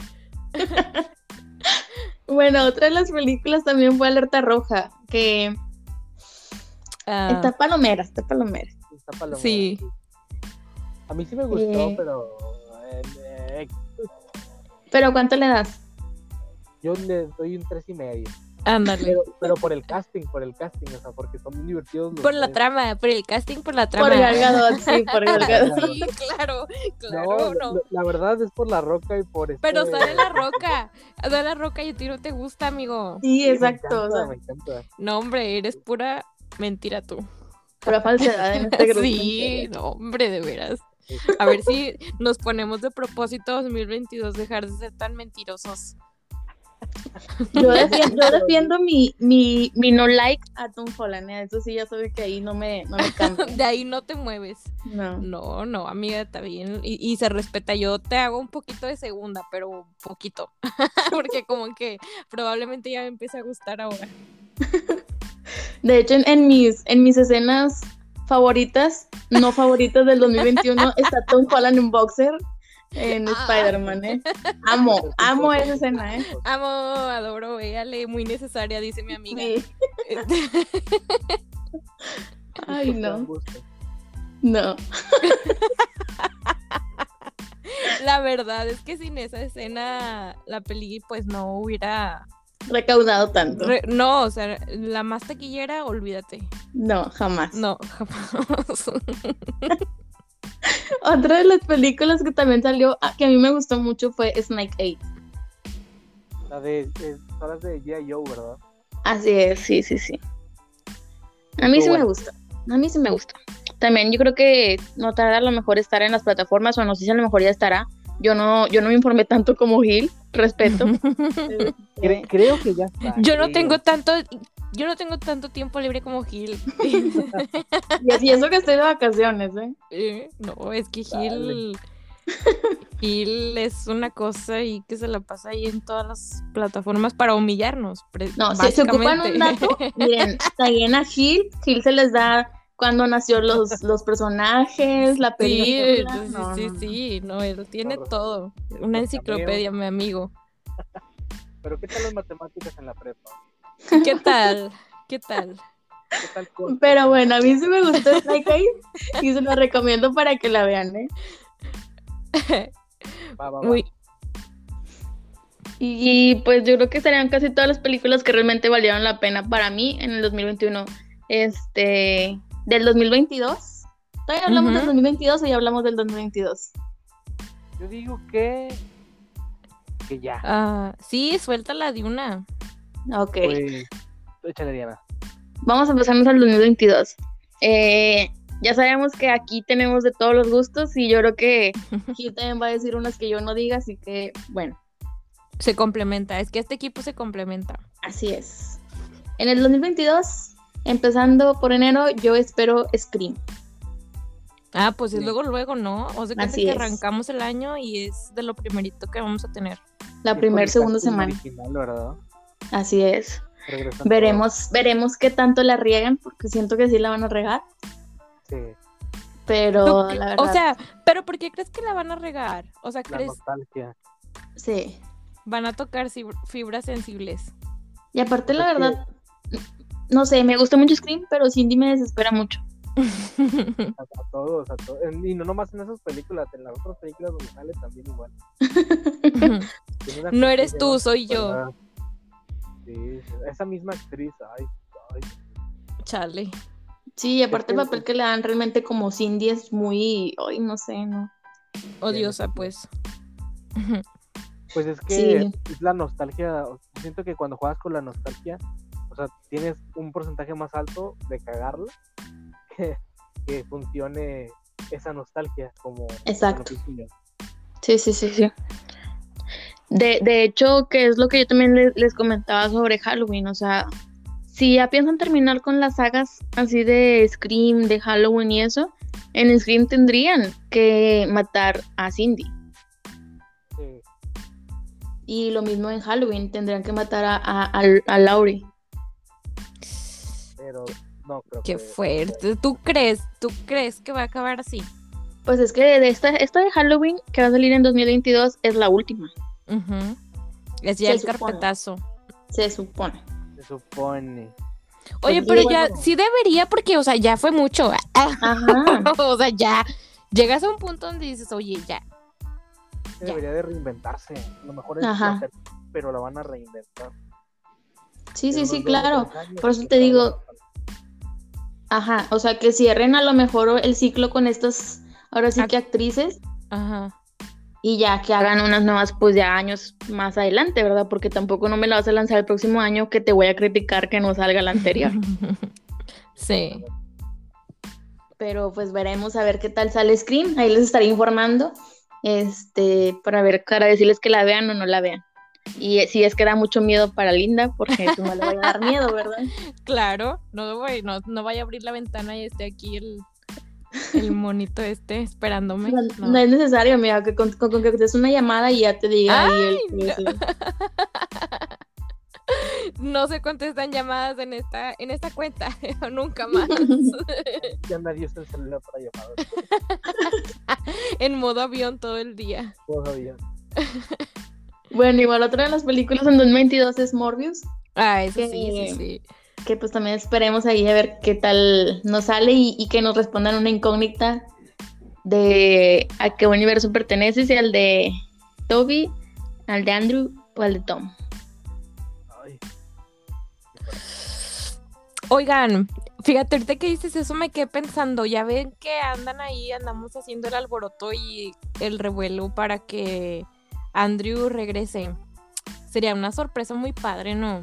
Bueno, otra de las películas también fue Alerta Roja, que Ah, está palomera, está palomera. Está palomera, Sí. A mí sí me gustó, Eh. pero eh, eh, Pero ¿cuánto le das? yo le doy un tres y medio. ándale. Pero, pero por el casting, por el casting, o sea, porque son muy divertidos los Por la tres. trama, por el casting, por la trama. Por Gal Gadot, sí, por Gal Gadot. Sí, claro, No, claro, la- no. la, la verdad es por la roca y por este... Pero sale la roca. Sale la roca y a ti no te gusta, amigo. Sí, Sí, exacto. Me o sea, encanta, me encanta. No, hombre, eres pura mentira tú. pura falsedad en este grupo. Sí, no, hombre, de veras. A ver si nos ponemos de propósito dos mil veintidós dejar de ser tan mentirosos. Yo defiendo, yo defiendo mi, mi, mi no like a Tom Holland, ¿eh? Eso sí, ya sabe que ahí no me, no me cambio. De ahí no te mueves. No. No, no, amiga, está bien. Y, y se respeta. Yo te hago un poquito de segunda, pero poquito. Porque como que probablemente ya me empiece a gustar ahora. De hecho, en, en mis, en mis escenas favoritas, no favoritas del dos mil veintiuno, está Tom Holland en boxer en Ah. Spider-Man, ¿eh? Amo, amo esa escena, ¿eh? Amo, adoro, véale, muy necesaria, dice mi amiga. Sí. Ay, Te dan no, gusto. no. La verdad es que sin esa escena, la peli pues no hubiera... Recaudado tanto. re- No, o sea, la más taquillera, olvídate. No, jamás. No, jamás. Otra de las películas que también salió, ah, que a mí me gustó mucho, fue Snake Eight. La de, eh, todas de G I. Joe, ¿verdad? Así es, sí, sí, sí. A mí Estuvo sí me bueno. gusta. A mí sí me gusta. También yo creo que no tarda a lo mejor estar en las plataformas, o no sé si a lo mejor ya estará. Yo no, yo no me informé tanto como Gil, respeto. Cre- Eh, creo que ya está. Yo no creo. tengo tanto, yo no tengo tanto tiempo libre como Gil. y así eso que estoy de vacaciones, ¿eh? Eh, No, es que Dale. Gil, Gil es una cosa y que se la pasa ahí en todas las plataformas para humillarnos. pre- No, si se ocupan un básicamente. dato, miren, también a Gil, Gil se les da cuando nació los, los personajes, la Sí, película. sí, No, sí, no, no. sí, no, él tiene Los- todo. Una los enciclopedia, mi amigo. Pero ¿qué tal las matemáticas en la prepa? ¿Qué tal? ¿Qué tal? ¿Qué tal corto? Pero bueno, a mí sí me gustó Snake Eyes y se lo recomiendo para que la vean, ¿eh? Va, va, va. Muy, Y pues yo creo que serían casi todas las películas que realmente valieron la pena para mí en el dos mil veintiuno. Este, del dos mil veintidós. ¿Todavía hablamos Ujú. del dos mil veintidós o ya hablamos del dos mil veintidós? Yo digo que... Que ya. ah, sí, suéltala de una. Ok, Pues... Échale, Diana. vamos a empezarnos al dos mil veintidós. Eh, ya sabemos que aquí tenemos de todos los gustos y yo creo que Gil también va a decir unas que yo no diga, así que bueno. Se complementa, es que este equipo se complementa. Así es. En el dos mil veintidós, empezando por enero, yo espero Scream. Ah, pues es Sí. luego, luego, ¿no? O sea, que Así que es. arrancamos el año y es de lo primerito que vamos a tener. La Sí, primera, con el segunda casting semana. original, ¿verdad? Así es. Regresan Veremos, veremos qué tanto la riegan, porque siento que sí la van a regar. todos. Sí, Pero ¿Tú qué- la verdad, O sea, ¿pero por qué crees que la van a regar? O sea, la ¿crees nostalgia. sí. van a tocar cib- fibras sensibles? Y aparte, Pues la es que- verdad, no sé, me gusta mucho Scream, pero Cindy me desespera mucho. A, a todos, a todos. Y no nomás en esas películas, en las otras películas donde sale también igual. Tiene una No eres actitud tú, de- soy yo. ¿verdad? Sí, sí, esa misma actriz, ay, ay. Chale. Sí, y aparte el que- papel que le dan realmente como Cindy es muy, ay, no sé, ¿no? Odiosa, pues. Pues es que Sí. es la nostalgia. Siento que cuando juegas con la nostalgia, o sea, tienes un porcentaje más alto de cagarla que, que funcione esa nostalgia como. Exacto. como pienso yo. Sí, sí, sí, sí. De, de hecho, que es lo que yo también le- les comentaba sobre Halloween, o sea, si ya piensan terminar con las sagas así de Scream, de Halloween y eso, en Scream tendrían que matar a Cindy. Sí, Y lo mismo en Halloween, tendrían que matar a, a, a, a Laurie. pero no creo Qué que. fuerte. ¿Tú crees? ¿Tú crees que va a acabar así? Pues es que de esta, esta de Halloween que va a salir en dos mil veintidós es la última, Ujú. Es ya Se el supone. carpetazo. se supone. Se supone. Oye, Pues pero sí, ya bueno. sí debería porque, o sea, ya fue mucho. Ajá. O sea, ya llegas a un punto donde dices, oye, ya. que Ya. Debería de reinventarse. A lo mejor es Ajá. la ter- pero la van a reinventar. Sí, En sí, unos sí, dos o claro. tres años, Por eso ya te está digo, avanzando. ajá, o sea, que cierren a lo mejor el ciclo con estas, ahora sí Ac- que actrices, Ajá. y ya que hagan unas nuevas, pues ya años más adelante, ¿verdad? Porque tampoco no me la vas a lanzar el próximo año que te voy a criticar que no salga la anterior. Sí. Pero pues veremos a ver qué tal sale Scream, ahí les estaré informando, este, para ver, para decirles que la vean o no la vean. Y eh, si es que da mucho miedo para Linda, porque pues no le vaya a dar miedo, ¿verdad? Claro, no, güey, no, no vaya a abrir la ventana y esté aquí el, el monito este esperándome. No, No. no es necesario, amiga, que con, con- con que te des una llamada y ya te diga ahí el... no. ese. No se contestan llamadas en esta, en esta cuenta, nunca más. Ya nadie usa el celular para llamadas. En modo avión todo el día. Todavía. Bueno, igual otra de las películas en dos mil veintidós es Morbius, Ah, eso Que- sí, sí, sí. que pues también esperemos ahí a ver qué tal nos sale y, y que nos respondan una incógnita de a qué universo pertenece, si al de Toby, al de Andrew o al de Tom. Ay, Oigan, fíjate, ahorita que dices eso me quedé pensando, ya ven que andan ahí, andamos haciendo el alboroto y el revuelo para que Andrew regrese. Sería una sorpresa muy padre, ¿no?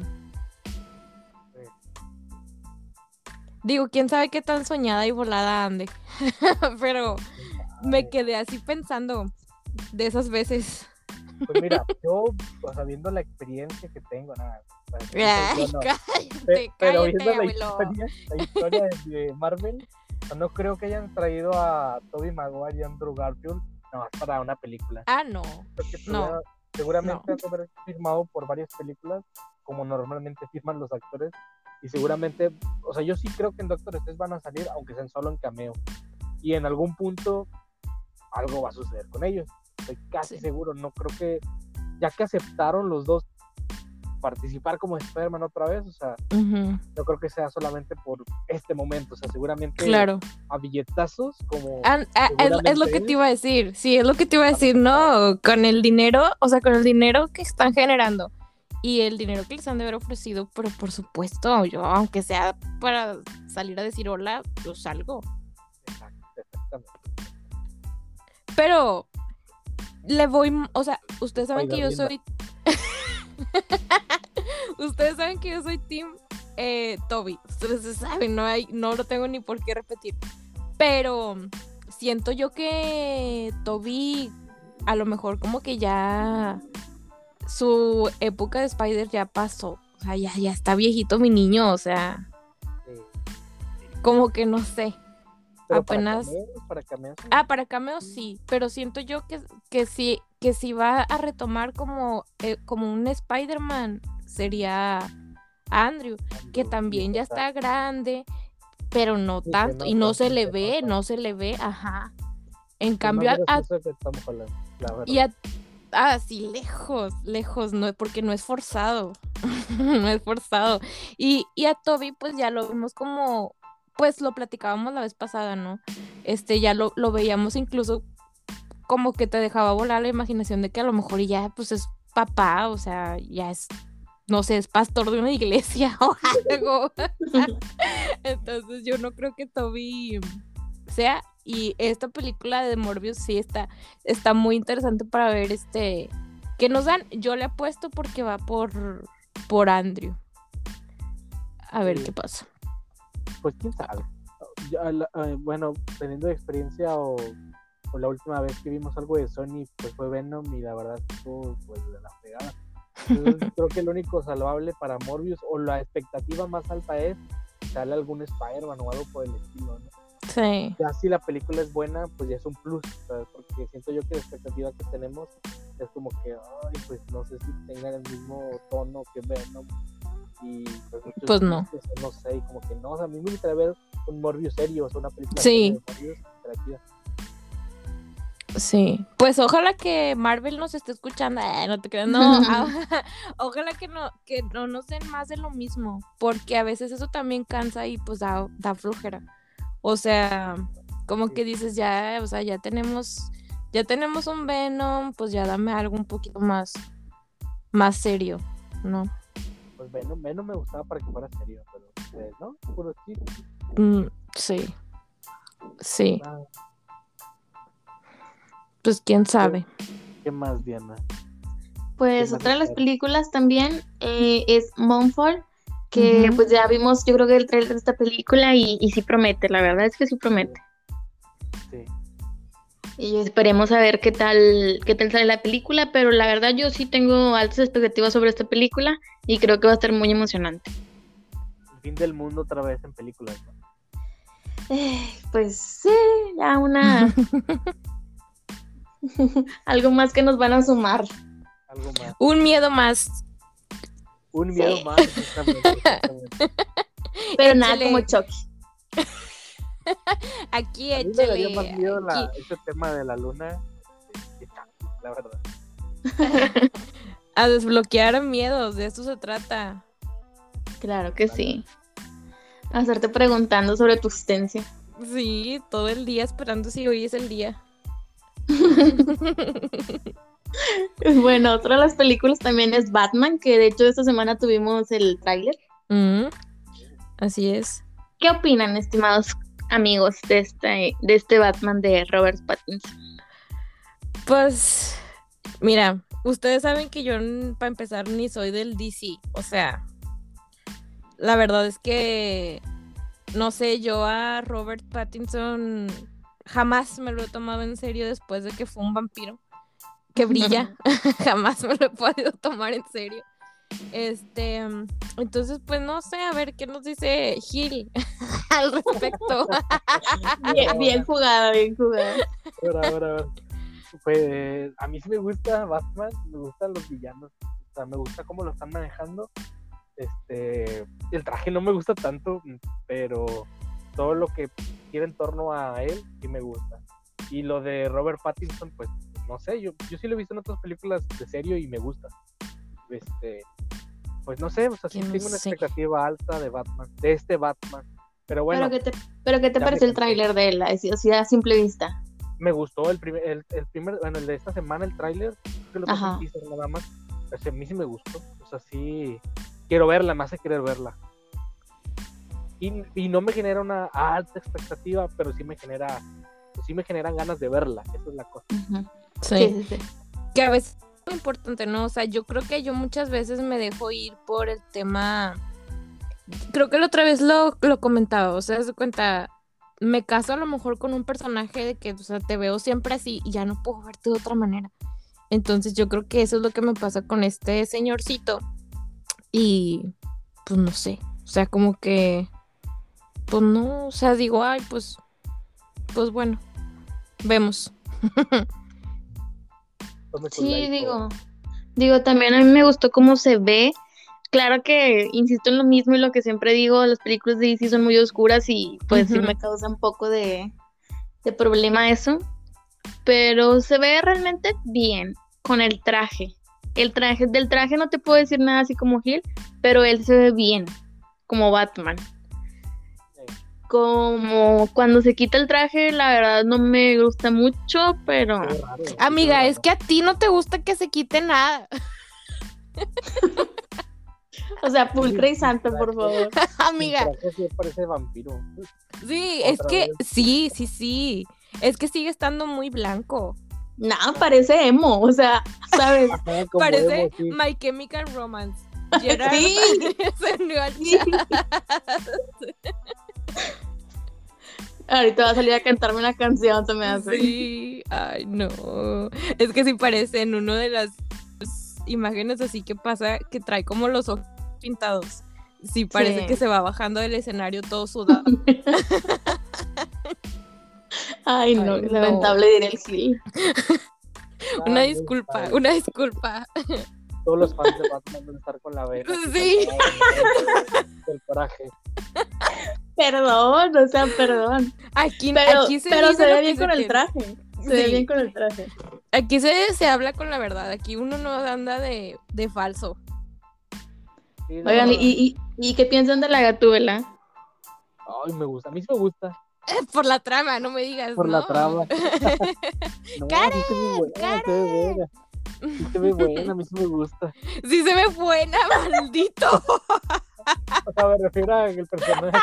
Digo, quién sabe qué tan soñada y volada ande. Pero me quedé así pensando de esas veces. Pues mira, yo, o sea, viendo la experiencia que tengo, nada. o sea, Ay, yo no. cállate, Pe- pero cállate, viendo la abuelo. historia, la historia de, de Marvel, o sea, no creo que hayan traído a Tobey Maguire y Andrew Garfield nada más para una película. Ah, no. Creo que No. tuviera- seguramente han de haber firmado por varias películas, como normalmente firman los actores, y seguramente, o sea, yo sí creo que en Doctor Strange van a salir, aunque sean solo en cameo, y en algún punto algo va a suceder con ellos. Estoy casi Sí. seguro, no creo que, ya que aceptaron los dos participar como Spider-Man otra vez, o sea, Ujú, no creo que sea solamente por este momento, o sea, seguramente claro. a billetazos como Ah, ah, es, es lo que te iba a decir, sí, es lo que te iba a decir, ¿no? Con el dinero, o sea, con el dinero que están generando y el dinero que les han de haber ofrecido, pero por supuesto, yo, aunque sea para salir a decir hola, yo salgo. Exacto, exactamente. Pero le voy, m- o sea, ustedes saben Oiga, que yo Linda. soy... Ustedes saben que yo soy team eh, Toby. Ustedes saben, no hay, no lo tengo ni por qué repetir. Pero siento yo que Toby a lo mejor como que ya su época de Spider ya pasó. O sea, ya, ya está viejito mi niño, o sea, Sí. como que no sé. Pero Apenas- para cameos, para cameos, Ah, para cameos sí, pero siento yo que, que sí, que si va a retomar como, eh, como un Spider-Man, sería Andrew, que Andrew, también sí, ya total. está grande, pero no Sí, se tanto, y nota, no se sí, le se ve, nota. no se le ve, ajá. En Es cambio, más a, a- gracioso que Tom Holland, la verdad. y a, ah, sí, lejos, lejos, no, porque no es forzado, no es forzado. Y, y a Toby, pues ya lo vimos como, pues lo platicábamos la vez pasada, ¿no? Este, ya lo, lo veíamos incluso como que te dejaba volar la imaginación de que a lo mejor ya, pues es papá, o sea, ya es, no sé, es pastor de una iglesia o algo. Entonces yo no creo que Toby sea, y esta película de Morbius sí está, está muy interesante para ver este, que nos dan, yo le apuesto porque va por, por Andrew. A ver Sí. qué pasa. Pues quién sabe. Ya, la- eh, bueno, teniendo experiencia o, o la última vez que vimos algo de Sony, pues fue Venom y la verdad estuvo pues de la fregada. Entonces, creo que el único salvable para Morbius o la expectativa más alta es que sale algún Spider-Man o algo por el estilo, ¿no? Sí, Ya si la película es buena, pues ya es un plus, ¿sabes? Porque siento yo que la expectativa que tenemos es como que, ay, pues no sé si tengan el mismo tono que Venom y pues, muchos Pues no. chistes, o no sé, y como que no, o sea, a mí me gustaría ver un Morbius serio, o sea, una película Sí. seria de Morbius interactiva. sí. Pues ojalá que Marvel nos esté escuchando. Eh, no te creas, no. ah, ojalá que no, que no nos den más de lo mismo. Porque a veces eso también cansa y pues da, da flojera. O sea, como que dices, ya, o sea, ya tenemos, ya tenemos un Venom, pues ya dame algo un poquito más, más serio, ¿no? Pues Venom, Venom me gustaba para que fuera serio, pero eh, no, puro chiste. Mm, sí. Sí. Ah, Pues quién sabe. ¿qué más, Diana? Pues ¿Qué más otra de las espera? películas también eh, es Mumford, que Ujú. pues ya vimos, yo creo que el trailer de esta película y, y sí promete, la verdad es que sí promete. Sí. Y esperemos a ver qué tal, qué tal sale la película, pero la verdad yo sí tengo altas expectativas sobre esta película y creo que va a estar muy emocionante. El fin del mundo otra vez en películas, ¿no? Eh, pues sí, ya una... algo más que nos van a sumar. Algo más. Un miedo más. Un Sí. miedo más, exactamente, exactamente. Pero nada Échale. como Chucky. Aquí A mí me daría échale. más miedo la, aquí. ese tema de la luna que Chucky, la verdad. A desbloquear miedos, de eso se trata. Claro que sí. Hacerte preguntando sobre tu existencia. Sí, todo el día esperando si hoy es el día. Bueno, otra de las películas también es Batman, que de hecho esta semana tuvimos el tráiler. Mm, así es. ¿Qué opinan, estimados amigos, de este, de este Batman de Robert Pattinson? Pues, mira, ustedes saben que yo, para empezar, ni soy del D C. O sea, la verdad es que, no sé, yo a Robert Pattinson jamás me lo he tomado en serio después de que fue un vampiro que brilla. Jamás me lo he podido tomar en serio. Este, entonces, pues no sé, a ver qué nos dice Gil al respecto. Bien, bien jugada, bien jugada. Ahora, ahora, ahora. Pues a mí sí me gusta Batman, me gustan los villanos, o sea, me gusta cómo lo están manejando. Este, el traje no me gusta tanto, pero todo lo que gira en torno a él sí me gusta. Y lo de Robert Pattinson, pues no sé, yo, yo sí lo he visto en otras películas de serio y me gusta. Este, pues no sé, o sea, sí Que no tengo una sé. expectativa alta de Batman, de este Batman. Pero bueno, Pero ¿qué te, pero ¿qué te ya me pareció el cansé. tráiler de él? Así, así a simple vista. me gustó el primer, el, el primer, bueno, el de esta semana, el tráiler, creo que lo pasé Ajá. en teaser nada más. O sea, a mí sí me gustó, o sea, sí quiero verla, me hace querer verla. Y, y no me genera una alta expectativa, pero sí me genera, sí me generan ganas de verla, esa es la cosa. Ujú. Sí. Sí, sí, sí. Que a veces es muy importante, ¿no? O sea, yo creo que yo muchas veces me dejo ir por el tema. Creo que la otra vez lo, lo comentaba, o sea, haz de cuenta, me caso a lo mejor con un personaje de que, o sea, te veo siempre así y ya no puedo verte de otra manera. Entonces yo creo que eso es lo que me pasa con este señorcito. Y pues no sé, o sea, como que, pues no, o sea, digo, ay, pues, pues bueno, vemos. Tome su Sí, like, digo, digo, también a mí me gustó cómo se ve. Claro que insisto en lo mismo y lo que siempre digo, las películas de D C son muy oscuras y pues sí Ujú. me causa un poco de, de problema eso, pero se ve realmente bien con el traje. El traje, del traje no te puedo decir nada así como Gil, pero él se ve bien, como Batman. eh, Como cuando se quita el traje, la verdad no me gusta mucho, pero se ve raro, sí, se ve Amiga, es raro. que a ti no te gusta que se quite nada. o sea, pulcra y Sí, santo, sí, por traje. favor. Amiga, El traje sí parece vampiro. sí, es Otra que, vez. sí, sí, sí, es que sigue estando muy blanco. No, parece emo, o sea, ¿sabes? Ajá, como Parece emo, sí. My Chemical Romance. Gerard Sí. se unió al Sí. chat. Ahorita va a salir a cantarme una canción, se me hace. Sí, ay no. Es que sí parece en una de las pues, imágenes así que pasa que trae como los ojos pintados. Sí, parece Sí. que se va bajando del escenario todo sudado. Ay, no, Ay, no. lamentable diré el Gil. Una Ah, muy disculpa, padre. una disculpa. Todos los fans de Batman van a estar con la vena. así Sí. cantada del coraje. Perdón, o sea, perdón. Aquí, Pero, aquí se pero dice se lo ve que bien se con el tiene. traje. Se ve Sí. bien con el traje. Aquí se, se habla con la verdad. Aquí uno no anda de, de falso. Sí, la Oigan, ¿y, verdad. y, y qué piensan de la Gatúbela? Ay, me gusta. A mí sí me gusta. Por la trama, no me digas, Por ¿no? la trama. No, Karen, sí se ve buena, se ve buena. Sí se ve buena, a mí sí me gusta. Sí se ve buena, maldito. O sea, me refiero a que el personaje.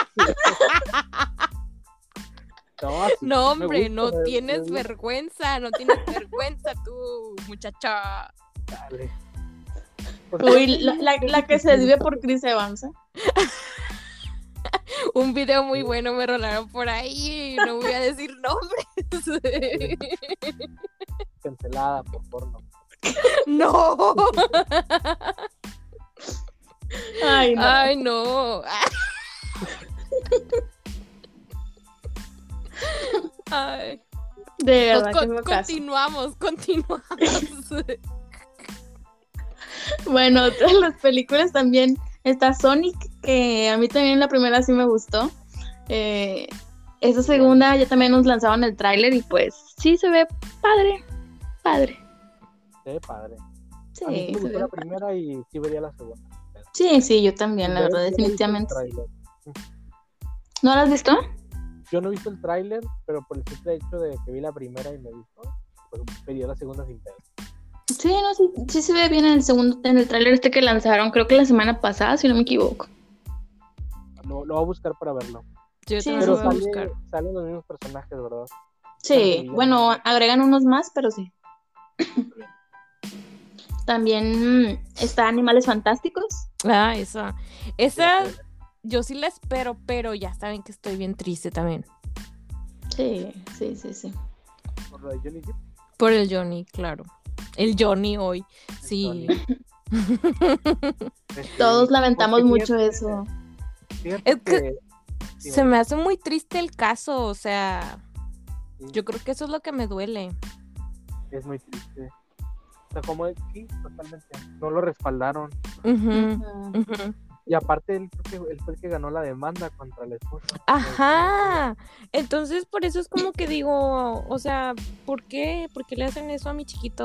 No, sí, No, me hombre, gusta, no me- tienes me- vergüenza, no tienes vergüenza tú, muchacha. Dale. Pues, Uy, la, la, la que se vive por Chris Evans. ¿eh? Un video muy bueno me rolaron por ahí, no voy a decir nombres. cancelada por porno. No. Ay, no. Ay, no. Ay. De Pues verdad con- que me caso. continuamos, continuamos. Bueno, otra de las películas también está Sonic, que a mí también la primera sí me gustó. Eh, esa segunda ya también nos lanzaban el tráiler y pues sí se ve padre, padre. Se ve padre. Sí, A mí sí me se gustó ve- la primera y sí vería la segunda. sí, sí, yo también, la Yo- verdad, yo no he visto el definitivamente. tráiler. ¿No la has visto? Yo no he visto el tráiler, pero por el simple hecho de que vi la primera y me gustó, pues vería la segunda sin pedo. Sí, no, sí, sí se ve bien en el segundo, en el tráiler este que lanzaron, creo que la semana pasada, si no me equivoco. Lo, lo voy a buscar para verlo. Yo Sí, también Pero lo voy a sale, buscar. salen los mismos personajes, ¿verdad? Sí, bueno, agregan unos más, pero sí. Bien. También mm, está Animales Fantásticos. Ah, esa. Esa Sí, yo sí la espero, pero ya saben que estoy bien triste también. Sí, sí, sí, sí. por lo de Johnny Depp. Por el Johnny, claro. El Johnny hoy. Sí. Este, Todos lamentamos porque mucho fíjate- eso. fíjate Es que- sí, Se me hace muy triste el caso, o sea, sí, yo creo que eso es lo que me duele. es muy triste. O sea, como es, sí, totalmente. No lo respaldaron. Ujú, Ujú. ujú. Y aparte, él, creo que él fue el que ganó la demanda contra la esposa. Ajá. Entonces, por eso es como que digo, o sea, ¿por qué? ¿Por qué le hacen eso a mi chiquito?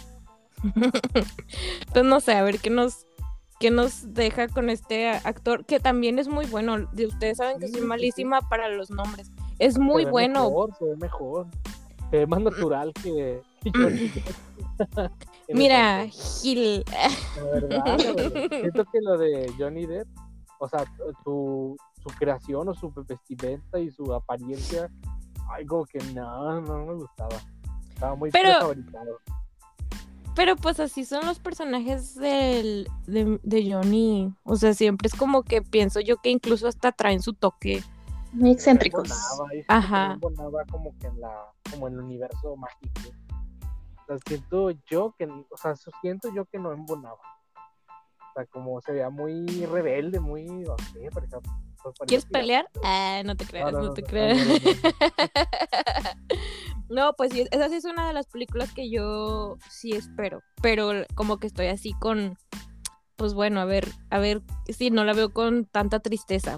Pues no sé, a ver qué nos, qué nos deja con este actor, que también es muy bueno. De- Ustedes saben que Sí, soy sí, malísima para los nombres. Es muy Se ve bueno. Mejor, se ve mejor. Se ve más natural que. que Johnny Depp. En Mira, esa escena. Gil. La verdad, la verdad. Siento que lo de Johnny Depp, o sea, tu, su creación o su vestimenta y su apariencia, ay, como que no, no me gustaba. Estaba muy Pero- prefabricado. Pero pues así son los personajes del, de, de Johnny. O sea, siempre es como que pienso yo que incluso hasta traen su toque. Muy excéntricos. Embonaba, y siento que Ajá. no embonaba como que en la, como en el universo mágico. O sea, siento yo que, o sea, siento yo que no embonaba. O sea, como se veía muy rebelde, muy, no sé, por ejemplo. ¿Quieres pelear? Ah, no te creas, No, no, no, no, te no, creas. no, no, no. No, pues sí, esa sí es una de las películas que yo sí espero, pero como que estoy así con, pues bueno, a ver, a ver, sí, no la veo con tanta tristeza.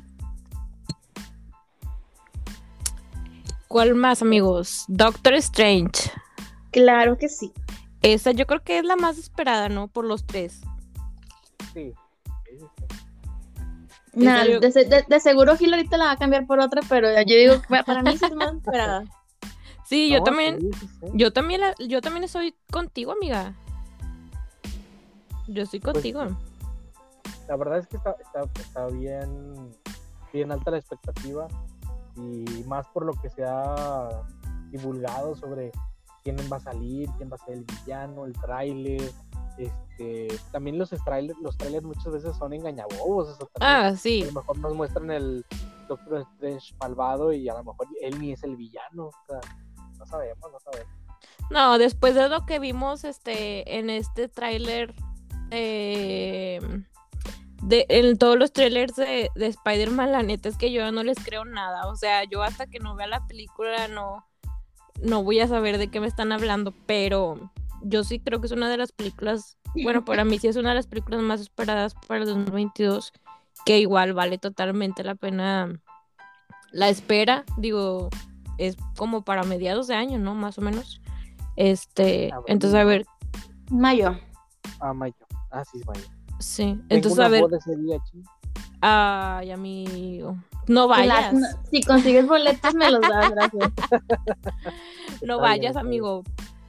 ¿Cuál más, amigos? Doctor Strange. Claro que sí. Esa yo creo que es la más esperada, ¿no? Por los tres. Sí. Sí, sí, sí. Nah, serio? de, de- de seguro Gil ahorita la va a cambiar por otra, pero yo digo que para mí sí es más esperada. Sí, yo No, también, sí, sí, sí. yo también, la- yo también estoy contigo, amiga. Yo estoy Pues, contigo. La verdad es que está, está, está bien, bien alta la expectativa y más por lo que se ha divulgado sobre quién va a salir, quién va a ser el villano, el tráiler, este, también los trailers, los trailers muchas veces son engañabobos, o sea, también Ah, a sí. lo mejor nos muestran el Doctor Strange malvado y a lo mejor él ni es el villano, o sea, no sabemos, no sabemos. No, después de lo que vimos este en este tráiler eh, de en todos los trailers de, de Spider-Man, la neta es que yo no les creo nada. O sea, yo hasta que no vea la película no, no voy a saber de qué me están hablando, pero yo sí creo que es una de las películas, bueno, para mí sí es una de las películas más esperadas para el dos mil veintidós, que igual vale totalmente la pena la espera, digo, es como para mediados de año, ¿no? Más o menos. Este, Abril, entonces a ver, Mayo. Ah, mayo. Ah, sí, mayo. sí, Tengo entonces una a ver, boda ese día, chi. ay, amigo, no Y vayas, las- no, si consigues boletos, me los das, gracias. no Está vayas, bien, está amigo.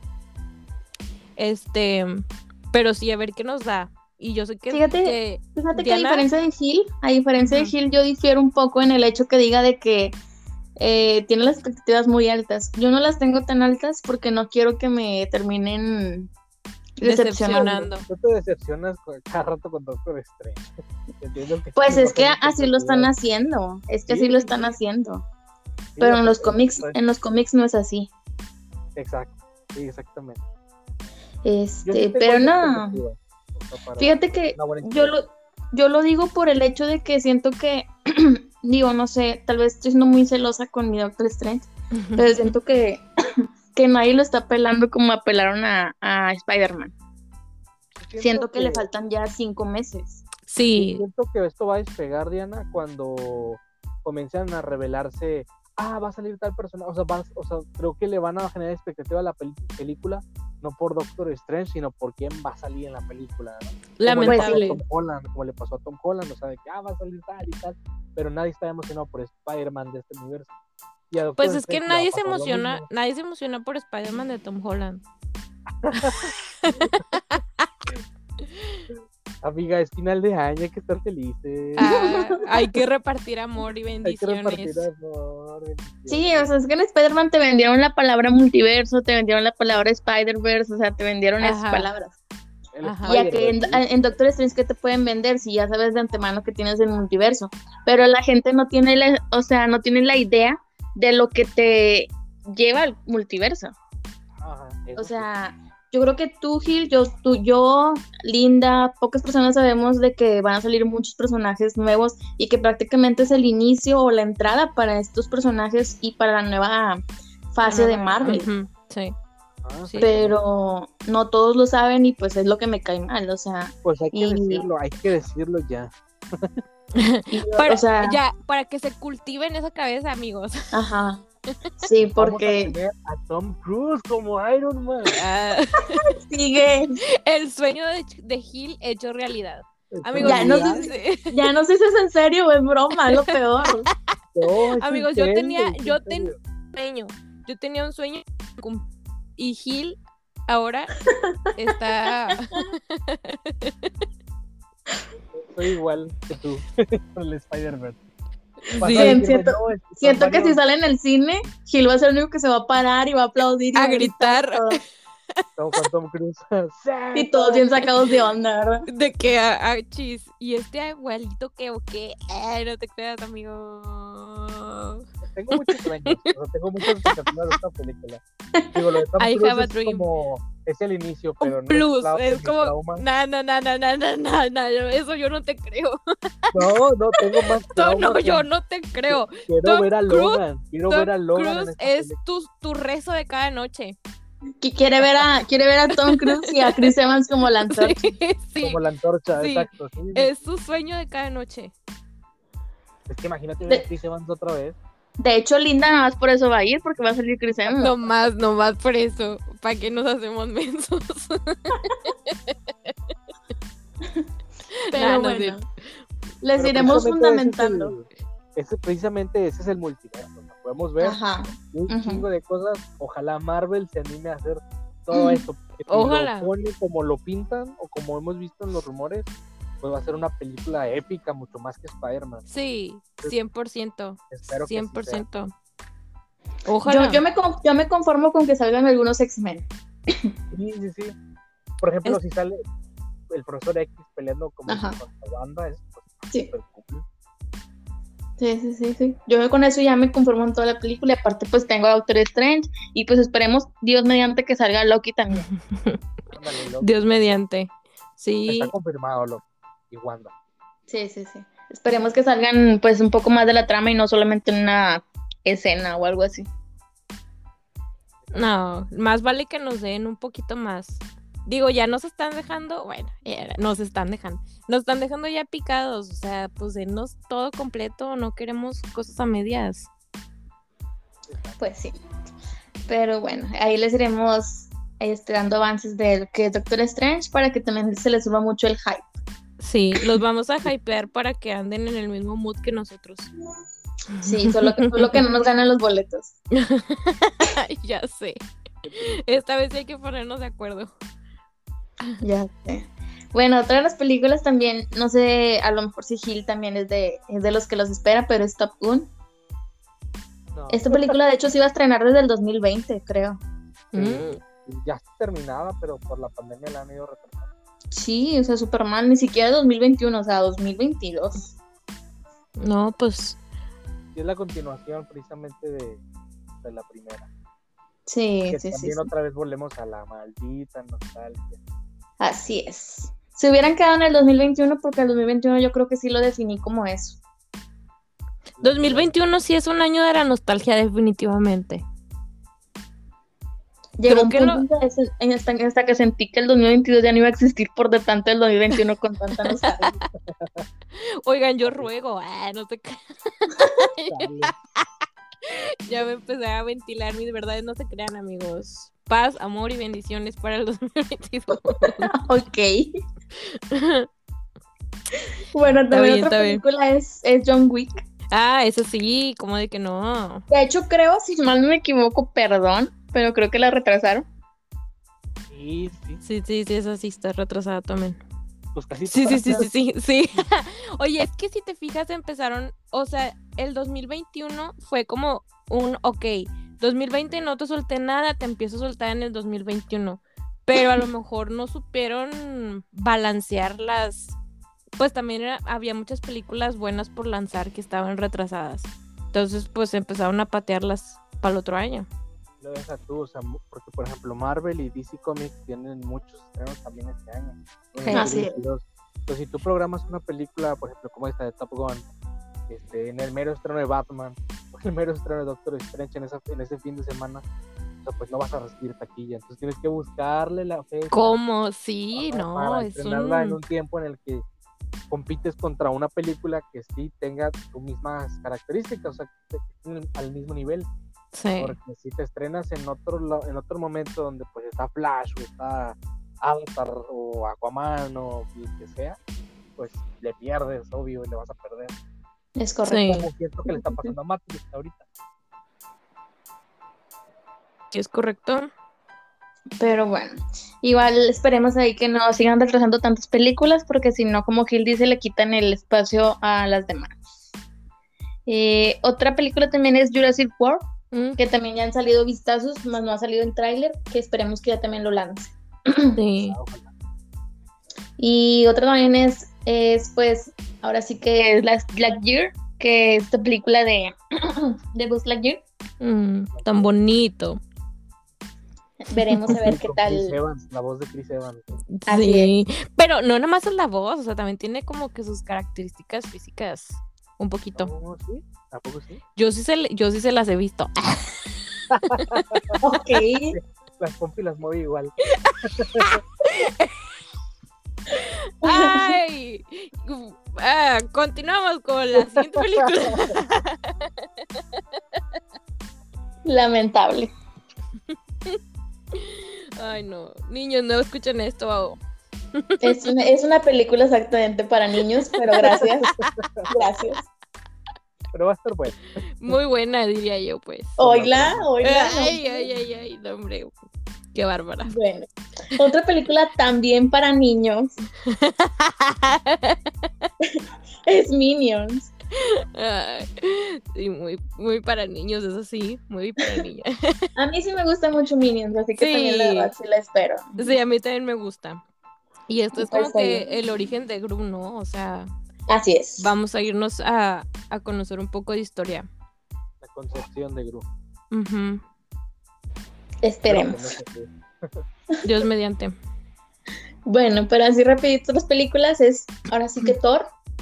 Este, pero sí, a ver qué nos da. Y yo sé que, Fíjate, que Fíjate que a Diana- diferencia de Gil, a diferencia de Ujú. Gil, yo difiero un poco en el hecho que diga de que eh, tiene las expectativas muy altas. Yo no las tengo tan altas porque no quiero que me terminen decepcionando. decepcionando. Tú te decepcionas con- cada rato con Doctor Strange. Entiendo que Pues sí, es que bajas así lo están expectativas. haciendo, es que Sí, así lo sí, están sí. haciendo. Sí, Pero en o los sea, cómics, pues, en los cómics no es así. Exacto, sí, exactamente. Yo sí Este, tengo pero esa no. expectativa, o sea, para Fíjate que una buena yo historia. lo, yo lo digo por el hecho de que siento que, digo, no sé, tal vez estoy siendo muy celosa con mi Doctor Strange, pero siento que, que nadie lo está pelando como apelaron a, a Spider-Man. Yo Siento que le faltan ya cinco meses. Sí, Siento que esto va a despegar, Diana, cuando comienzan a revelarse, ah, va a salir tal persona, o sea, va- o sea, creo que le van a generar expectativa a la peli- película, no por Doctor Strange, sino por quién va a salir en la película, ¿no? Como le pasó a lamentable. Tom Holland, como le pasó a Tom Holland, o sea, de que ah, va a salir tal y tal, pero nadie está emocionado por Spider-Man de este universo. Y a Doctor Pues es que Strange le va a nadie se pasar lo emociona, mismo. nadie se emociona por Spider-Man de Tom Holland. Amiga, es final de año, hay que estar felices. Ah, hay que repartir amor y hay que repartir bendiciones. amor, bendiciones. Sí, o sea, es que en Spider-Man te vendieron la palabra multiverso, te vendieron la palabra Spider-Verse, o sea, te vendieron esas Ajá. palabras. El Ajá. Y a que en, Spider-Man, en Doctor Strange que te pueden vender si ya sabes de antemano que tienes el multiverso, pero la gente no tiene la, o sea, no tiene la idea de lo que te lleva al multiverso. Ajá, eso O sí. sea, yo creo que tú, Gil, yo, tú, yo, Linda, pocas personas sabemos de que van a salir muchos personajes nuevos y que prácticamente es el inicio o la entrada para estos personajes y para la nueva fase de Marvel. Ujú, sí. Ah, Sí. Pero no todos lo saben y pues es lo que me cae mal, o sea, Pues hay que y- decirlo, hay que decirlo ya. y, Para, o sea, ya, para que se cultive en esa cabeza, amigos. ajá, sí, Vamos a porque tener a Tom Cruise como Iron Man. Ah, sigue, el sueño de, de Gil hecho realidad. Amigos, Ya, no sí, sé sí. ya no sé si es en serio o es broma, es lo peor. No, es Amigos, en yo serio, tenía, es en yo tenía serio. un sueño, yo tenía un sueño cum- y Gil ahora está Soy igual que tú con el Spider-Man. Vas sí, a decirme, siento- no, es- Siento son que si varios- sale en el cine, Gil va a ser el único que se va a parar y va a aplaudir y a va gritar gritar todo. Como con Tom Cruise. Sí, Y todos bien sacados de onda, ¿verdad? de que ah, ah, chis y este abuelito que o qué, ay, no te creas, amigo. Tengo muchos sueños, o sea, tengo muchas expectativas de esta película. Digo, lo de Tom I Cruise have a es dream. como es el inicio, Un pero no plus, trau- es mi como, trauma. no, no, no, no, no, no, no, no, yo- eso yo no te creo. No, no, tengo más No, trauma. no, con- yo no te creo. Quiero Tom ver a Cruise- Logan. Quiero Tom ver a Logan en Cruise esta es película. tu, tu rezo de cada noche. Que quiere ver a, quiere ver a Tom Cruise y a Chris Evans como la antorcha. Sí, sí, Como la antorcha, sí. exacto. Sí, sí. es tu sueño de cada noche. Es que imagínate De- ver a Chris Evans otra vez. De hecho, Linda nada más por eso va a ir, porque va a salir Chris Evans. No más, no más por eso. ¿Para qué nos hacemos mensos? Pero Nah, no bueno, sé. les Pero iremos precisamente fundamentando. Ese es el, ese- precisamente ese es el multiverso. ¿No? Podemos ver Ajá. un Ujú. chingo de cosas. Ojalá Marvel se anime a hacer todo esto. porque si Ojalá. lo pone como lo pintan o como hemos visto en los rumores, pues va a ser una película épica, mucho más que Spider-Man. Sí, cien por ciento. Espero que cien por así sea. ciento. Ojalá. Yo, yo, me, con- yo me conformo con que salgan algunos X-Men. Sí, sí, sí. Por ejemplo, Es- si sale el profesor X peleando como Ajá. contra Wanda, es pues, Sí. súper cool. Sí, sí, sí, sí. Yo con eso ya me conformo en toda la película. Y aparte, pues tengo a Doctor Strange. Y pues esperemos, Dios mediante, que salga Loki también. Ándale, lo- Dios mediante. Sí, Está confirmado lo y Wanda. Sí, sí, sí. Esperemos que salgan, pues, un poco más de la trama y no solamente una escena o algo así. no, más vale que nos den un poquito más. Digo, ya nos están dejando, bueno, ya nos están dejando, nos están dejando ya picados, o sea, pues denos todo completo, no queremos cosas a medias. Pues sí. Pero bueno, ahí les iremos este, dando avances de que es Doctor Strange para que también se les suba mucho el hype. Sí, los vamos a hypear para que anden en el mismo mood que nosotros. Sí, solo que, solo que no nos ganan los boletos. Ay, ya sé. Esta vez hay que ponernos de acuerdo. Ya sé. Bueno, otra de las películas también, no sé, a lo mejor si Gil también es de, es de los que los espera, pero es Top Gun. No, Esta película, de hecho, se iba a estrenar desde el dos mil veinte, creo. Mm, ya está terminada, pero por la pandemia la han ido retrasando. Sí, o sea, súper mal, ni siquiera dos mil veintiuno, o sea, dos mil veintidós. no, pues Y es la continuación precisamente de, de la primera. Sí, Que sí, sí, también sí. otra vez volvemos a la maldita nostalgia. Así es. Se hubieran quedado en el dos mil veintiuno porque el dos mil veintiuno yo creo que sí lo definí como eso. dos mil veintiuno sí es un año de la nostalgia definitivamente. Llegó un que punto lo- en que ese- en hasta, hasta que sentí que el dos mil veintidós ya no iba a existir por de tanto el dos mil veintiuno con tanta nostalgia. Oigan, yo ruego, ah, no te crean. Chale. Ya me empecé a ventilar mis verdades, no se crean, amigos. Paz, amor y bendiciones para el dos mil veintidós. Ok. Bueno, Está también bien, otra está bien. película es, es John Wick. Ah, eso sí, como de que no. De hecho, creo, si mal no me equivoco, perdón, pero creo que la retrasaron. Sí, sí, Sí, sí, sí, esa sí está retrasada también. pues casi Sí, sí, todas. sí, sí, sí, sí. Oye, es que si te fijas empezaron, o sea, el dos mil veintiuno fue como un, ok, dos mil veinte no te solté nada, te empiezo a soltar en el dos mil veintiuno, pero a lo mejor no supieron balancear las, pues también era- había muchas películas buenas por lanzar que estaban retrasadas, entonces pues empezaron a patearlas para el otro año. Lo deja tú, o sea, mu- porque por ejemplo Marvel y D C Comics tienen muchos estrenos también este año. en el Así es. veintidós. Entonces, si tú programas una película, por ejemplo, como esta de Top Gun, este, en el mero estreno de Batman, o el mero estreno de Doctor Strange en, esa, en ese fin de semana, o sea, pues no vas a recibir taquilla. Entonces tienes que buscarle la fecha. ¿Cómo? Sí, Ajá, no, para es estrenarla en un... un tiempo en el que compites contra una película que sí tenga tus mismas características, o sea, que estén al mismo nivel. Sí. Porque si te estrenas en otro la- en otro momento donde pues está Flash o está Avatar o Aquaman o lo que sea, pues le pierdes, obvio, y le vas a perder. Es correcto. Sí. Como siento que le está pasando a Matrix ahorita. ¿Sí es correcto? Pero bueno, igual esperemos ahí que no sigan retrasando tantas películas, porque si no, como Gil dice, le quitan el espacio a las demás. Eh, otra película también es Jurassic World, Mm, que también ya han salido vistazos, más no ha salido en tráiler, que esperemos que ya también lo lance. sí. Ah, ojalá. Y otra también es, es pues, ahora sí que es la Lightyear, que es esta película de, de Buzz Lightyear. Mm, tan bonito. Veremos a ver qué Con tal. Chris Evans, la voz de Chris Evans. Así Sí, pero no nada más es la voz, o sea, también tiene como que sus características físicas un poquito. ¿No? ¿Sí? ¿A poco sí? Yo sí se, le- yo sí se las he visto. Ok. Las pompi las mueve igual. Ay, ah, continuamos con la siguiente película. Lamentable. Ay, no, niños, no escuchen esto. Au. Es una, es una película exactamente para niños, pero gracias. Gracias. Pero va a estar bueno. Muy buena, diría yo, pues. Oila, oila. Ay, ay, ay, ay, no, hombre, qué bárbara. Bueno, otra película también para niños es Minions. Ay, sí, muy, muy para niños, eso sí, muy para niños. A mí sí me gusta mucho Minions, así que Sí. también la verdad sí la espero. Sí, a mí también me gusta. Y esto es Pues como que ahí. el origen de Gru, ¿no? O sea, Así es. vamos a irnos a, a conocer un poco de historia. La concepción de Gru. Ujú. Esperemos. Pero que no sé qué. Dios mediante. Bueno, pero así rapidito las películas es, ahora sí que Thor.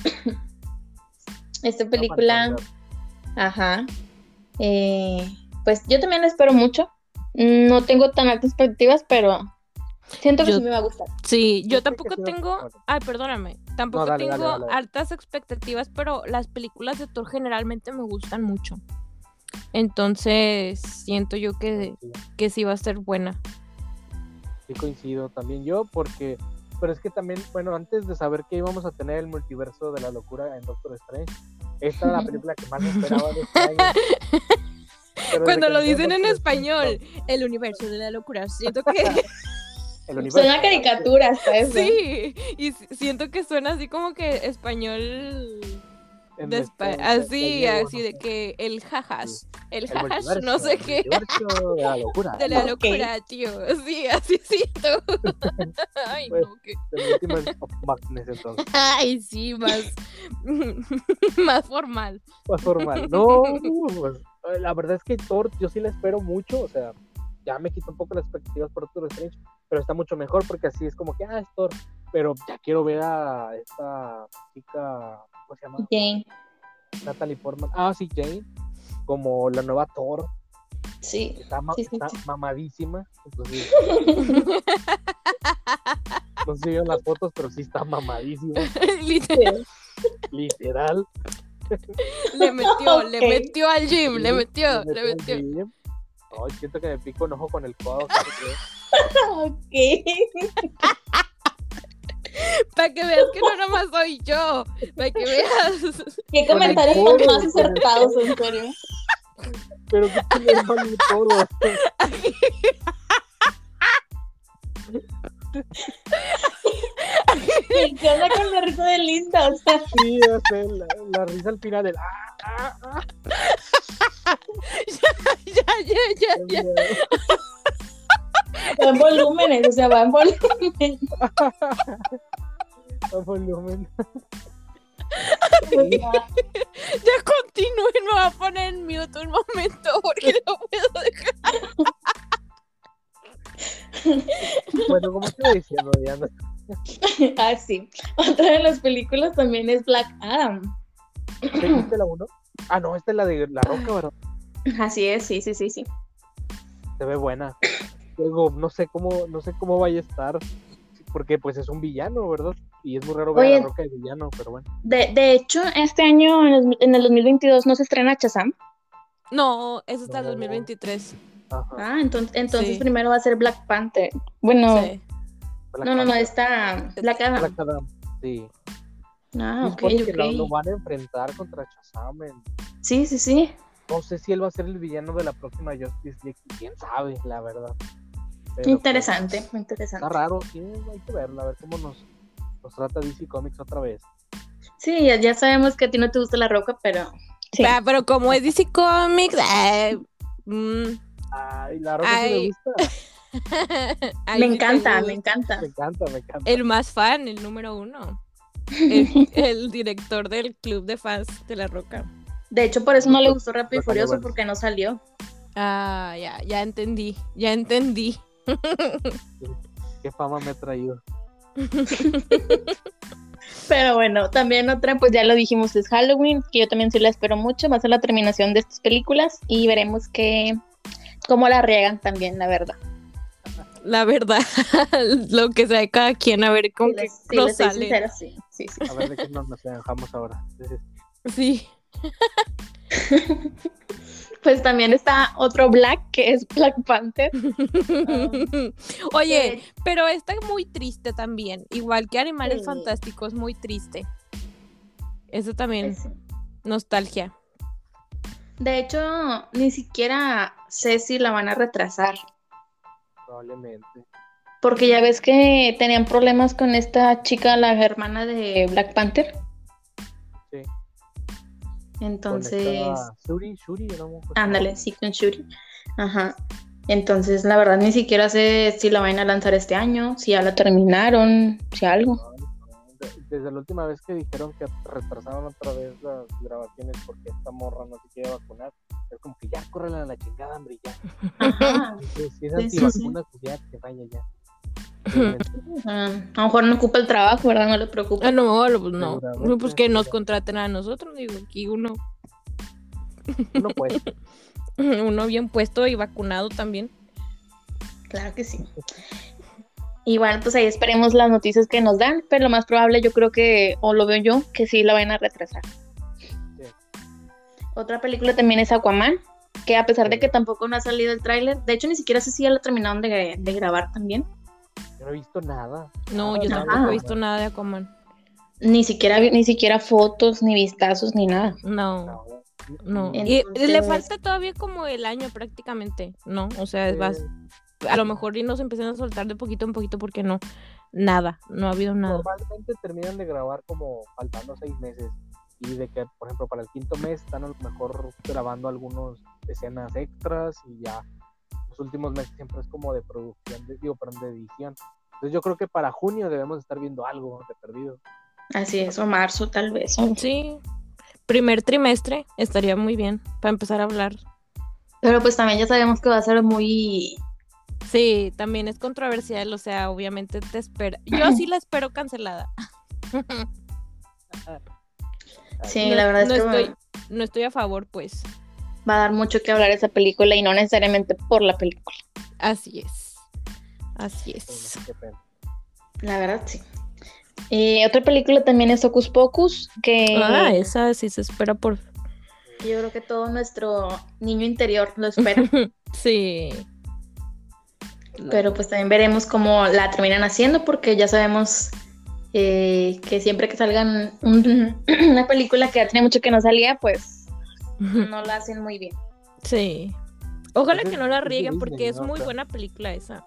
Esta película, Aguantando. ajá. Eh, pues yo también la espero mucho. No tengo tan altas expectativas, pero siento que Yo- sí me va a gustar. Sí, yo Yo creo tampoco que sí va a tengo, gustar. ay, perdóname, tampoco No, dale, dale, tengo dale, dale. altas expectativas, pero las películas de Thor generalmente me gustan mucho. Entonces, siento yo que, Sí, que sí va a ser buena. sí coincido también yo, porque. Pero es que también, bueno, antes de saber que íbamos a tener el multiverso de la locura en Doctor Strange, esta era la película que más esperaba de este año. Pero desde Cuando que lo salió dicen en Doctor Strange, español, el universo de la locura, siento que el universo. Suena caricatura hasta eso. sí, y s- siento que suena así como que español En de este- espa- así, gallego, así no de sé. que el jajas, el El jajas, multiverso, no sé el qué, multiverso de la locura. de la Ok. locura, tío, sí, así siento. Ay, Pues, no, que... El Ultimate of Madness, entonces. Ay, sí, más, más formal. Más formal. No, pues, la verdad es que Thor yo sí la espero mucho, o sea, ya me quito un poco las expectativas por Doctor Strange, pero está mucho mejor porque así es como que, ah, es Thor, pero ya quiero ver a esta chica, ¿cómo se llama? Jane, Natalie Portman. Ah, sí, Jane, como la nueva Thor, sí. está, ma- Sí, sí, está sí. mamadísima, entonces, no sé si vieron las fotos, pero sí está mamadísima, Literal, literal. le metió, le Ok. metió al gym, le Sí, metió, me le al metió. gym. Ay, siento que me pico un ojo con el codo. ¿Qué se cree? Ok. Para que veas que no nomás soy yo, para que veas. ¿Qué Con el comentarios codo, tan más con el acertados, en serio? Pero que tiene mal mi codo. ¿Qué onda con la risa de Linda? O sea, Sí, ya sé, la, la risa al final del. Ah, ah, ah, Ya, ya, ya, ya. va en volúmenes, o sea, va en volúmenes. a volumen. Ya continúe, me voy a poner en mute un momento porque no puedo dejar. Bueno, como estoy diciendo, Diana. Ah, sí. Otra de las películas también es Black Adam. ¿Te viste la uno? Ah, no, esta es la de La Roca, ¿verdad? Así es, sí, sí, sí, sí. Se ve buena. Luego, no sé cómo, no sé cómo vaya a estar. Porque pues es un villano, ¿verdad? Y es muy raro ver a Oye. La Roca de villano, pero bueno. De, de hecho, este año, en el, en el dos mil veintidós, no se estrena Shazam. No, eso está el No. dos mil veintitrés. Ajá. Ah, entonces, entonces Sí. primero va a ser Black Panther. Bueno, Sí. Black no, no, no, Panther. está Black Adam. Black Adam, sí. Ah, Se ok, supone que lo, lo ok. van a enfrentar contra Shazam. en- Sí, sí, sí. No sé si él va a ser el villano de la próxima Justice League. Quién sabe, la verdad. Pero, Interesante, muy pues, interesante. está raro, sí, hay que verlo, a ver cómo nos, nos trata D C Comics otra vez. Sí, ya, ya sabemos que a ti no te gusta La Roca, pero sí. Ah, pero como es D C Comics, eh, mm, Ay, la Roca sí Ay. me gusta. ahí Me sí te encanta, gusta. me encanta. Me encanta, me encanta. El más fan, el número uno. El, el director del club de fans de La Roca. De hecho, por eso no le gustó Rápido y No salió Furioso, bueno. porque no salió. Ah, ya, ya entendí, ya entendí. Qué fama me ha traído. Pero bueno, también otra, pues ya lo dijimos, es Halloween, que yo también sí la espero mucho. Va a ser la terminación de estas películas y veremos que cómo la riegan también, la verdad. La verdad, lo que sea de cada quien, a ver con Si qué les, si nos les soy sale. sincera, sí, sí, sí. A ver de qué nos, nos dejamos ahora. Entonces, Sí. Pues también está otro Black, que es Black Panther. Oye, que- pero está muy triste también. Igual que Animales Sí. Fantásticos, muy triste. Eso también, pues, nostalgia. de hecho, ni siquiera sé si la van a retrasar. probablemente. Porque ya ves que tenían problemas con esta chica, la hermana de Black Panther. Sí. Entonces, Con esta Shuri, Shuri, ¿no? Pues, ándale, sí, con Shuri. Ajá. Entonces, la verdad, ni siquiera sé si la van a lanzar este año, si ya la terminaron, si algo. no, no, de- Desde la última vez que dijeron que retrasaron otra vez las grabaciones porque esta morra no se quiere vacunar, es como que ya, córrele a la chingada, hombre, ya. Ajá. Si, si es Sí, sí, antivacunas, pues ya, que vaya ya. Realmente, Ah, a lo mejor no ocupa el trabajo, ¿verdad? No le preocupa. Ah, no, lo- pues no. Seguramente, Pues que nos seguramente. contraten a nosotros, digo, aquí uno, Uno pues, uno bien puesto y vacunado también. Claro que sí. Y bueno, pues ahí esperemos las noticias que nos dan, pero lo más probable yo creo que, o lo veo yo, que sí la van a retrasar. Otra película también es Aquaman, que a pesar de que tampoco no ha salido el tráiler, de hecho ni siquiera sé si ya la terminaron de, de grabar también. yo no he visto nada. No, Nada, yo nada, tampoco he nada. visto nada de Aquaman. Ni siquiera, vi- ni siquiera fotos, ni vistazos, ni nada. No, No. no. Entonces- Y le falta todavía como el año prácticamente, ¿no? O sea, es más, Eh, a lo mejor y nos empiezan a soltar de poquito en poquito porque no, nada, no ha habido nada. Normalmente terminan de grabar como faltando seis meses y de que, por ejemplo, para el quinto mes están a lo mejor grabando algunas escenas extras y ya los últimos meses siempre es como de producción, de, digo, perdón, de edición. Entonces yo creo que para junio debemos estar viendo algo de perdido. Así es, o marzo tal vez. o- Sí, primer trimestre estaría muy bien para empezar a hablar. Pero pues también ya sabemos que va a ser muy... Sí, también es controversial, o sea, obviamente te espera. Yo sí la espero cancelada. Sí, No- la verdad es no que estoy, va- no estoy a favor, pues. va a dar mucho que hablar esa película y no necesariamente por la película. Así es. Así Pero no es. sé qué pena. La verdad, sí. Y otra película también es Hocus Pocus, que Ah, esa sí se espera por. yo creo que todo nuestro niño interior lo espera. Sí. Pero pues también veremos cómo la terminan haciendo, porque ya sabemos eh, que siempre que salgan un- una película que ya tenía mucho que no salía, pues no la hacen muy bien. Sí. Ojalá Ese que es- no la es de rieguen Disney, porque es ¿no? muy Creo. buena película esa.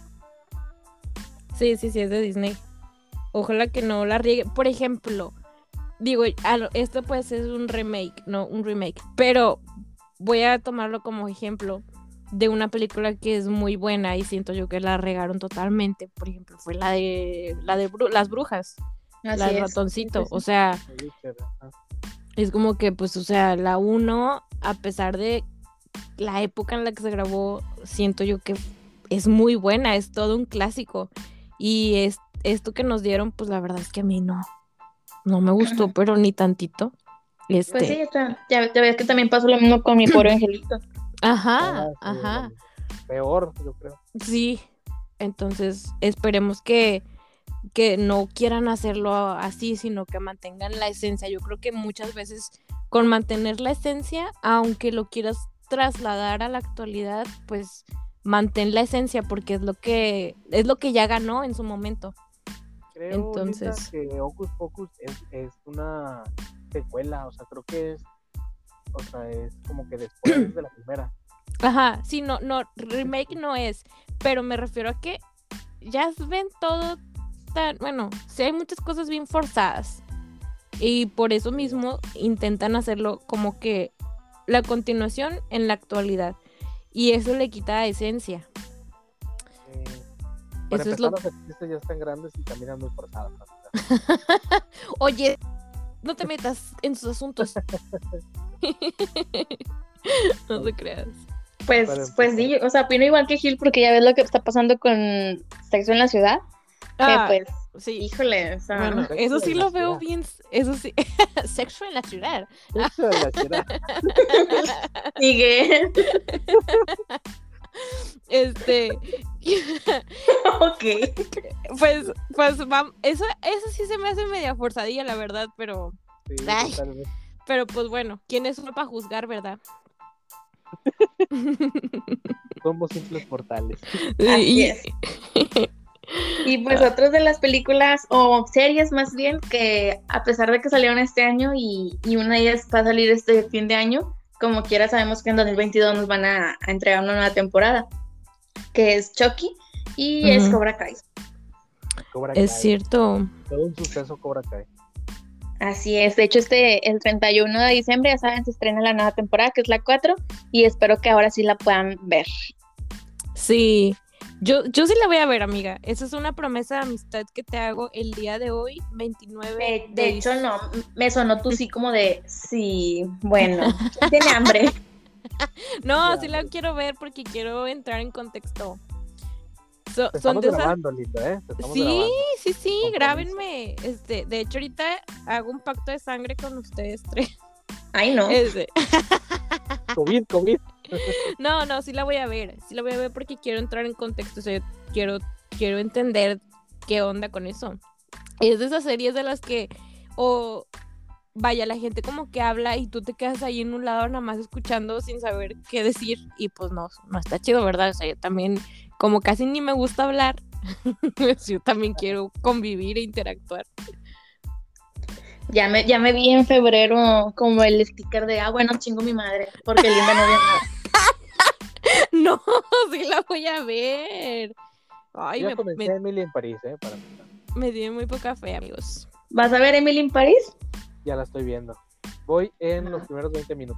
Sí, sí, sí, es de Disney. Ojalá que no la rieguen. Por ejemplo, digo, a lo- esto pues es un remake, no un remake, pero voy a tomarlo como ejemplo de una película que es muy buena y siento yo que la regaron totalmente. Por ejemplo, fue la de la de Bru- Las Brujas, Así la del es. ratoncito. Sí, sí, O sí. sea, The Witcher, ajá. es como que, pues, o sea, la uno, a pesar de la época en la que se grabó, siento yo que es muy buena, es todo un clásico. Y es, esto que nos dieron, pues la verdad es que a mí no, no me gustó, pero ni tantito. Este, Pues sí, ya, ya, ya ves que también pasó lo mismo con mi pobre angelito. ajá, Ah, sí, ajá, bueno, peor, yo creo. sí. Entonces, esperemos que, que no quieran hacerlo así, sino que mantengan la esencia. Yo creo que muchas veces con mantener la esencia, aunque lo quieras trasladar a la actualidad, pues mantén la esencia porque es lo que es lo que ya ganó en su momento. Creo Entonces- Linda, que Hocus Pocus es, es una secuela, o sea, creo que es, o sea, es como que después de la primera. Ajá, sí, no, no, remake no es, pero me refiero a que ya ven todo tan, bueno, sí hay muchas cosas bien forzadas y por eso mismo intentan hacerlo como que la continuación en la actualidad y eso le quita esencia. Eh, para Eso es empezar, lo- los artistas ya están grandes y caminan muy forzados. para empezar. Oye, no te metas en sus asuntos. No te creas. Pues, Para pues empezar. sí, o sea, opino igual que Gil porque ya ves lo que está pasando con Sexo en la Ciudad. Ah, que pues, sí. híjole, o sea, Bueno, Sexo eso en sí la lo veo ciudad. bien, eso sí. Sexo en la ciudad. Sexo en la ciudad. sigue. Este, Ok. pues, pues, vam- eso, eso sí se me hace media forzadilla, la verdad, pero, Sí, Ay. totalmente. pero pues bueno, ¿quién es uno para juzgar, verdad? Somos simples mortales. Así Y- es. Y pues otras de las películas o series más bien que a pesar de que salieron este año y, y una de ellas va a salir este fin de año, como quiera sabemos que en dos mil veintidós nos van a, a entregar una nueva temporada, que es Chucky y es Ujú. Cobra Kai. Cobra Es Kai. cierto. Todo un suceso Cobra Kai. Así es, de hecho este el treinta y uno de diciembre ya saben se estrena la nueva temporada que es la cuatro y espero que ahora sí la puedan ver. Sí, yo, yo sí la voy a ver, amiga. Esa es una promesa de amistad que te hago el día de hoy, veintinueve De, de de hecho dic- no, me sonó tú sí como de sí, bueno, ¿quién tiene hambre? No, Ya, sí la hombre. quiero ver porque quiero entrar en contexto. So- Te son estamos de esas... grabando, Linda, ¿eh? Te estamos Sí, grabando. sí, sí, Compromiso. grábenme. Este, de hecho, ahorita hago un pacto de sangre con ustedes tres. Ay no. Este, COVID, COVID. No, no, sí la voy a ver. Sí la voy a ver porque quiero entrar en contexto. O sea, yo quiero, quiero entender qué onda con eso. Es de esas series de las que, o vaya, la gente como que habla y tú te quedas ahí en un lado nada más escuchando sin saber qué decir. Y pues no, no está chido, ¿verdad? O sea, yo también, como casi ni me gusta hablar, pues yo también quiero convivir e interactuar. Ya me, ya me vi en febrero como el sticker de, ah, bueno, chingo mi madre, porque Linda no vio nada. No, sí la voy a ver. Ay, Ya me, comencé me, Emily en París, ¿eh? Para empezar. me tiene muy poca fe, amigos. ¿Vas a ver Emily in Paris? Ya la estoy viendo. Voy en los primeros veinte minutos.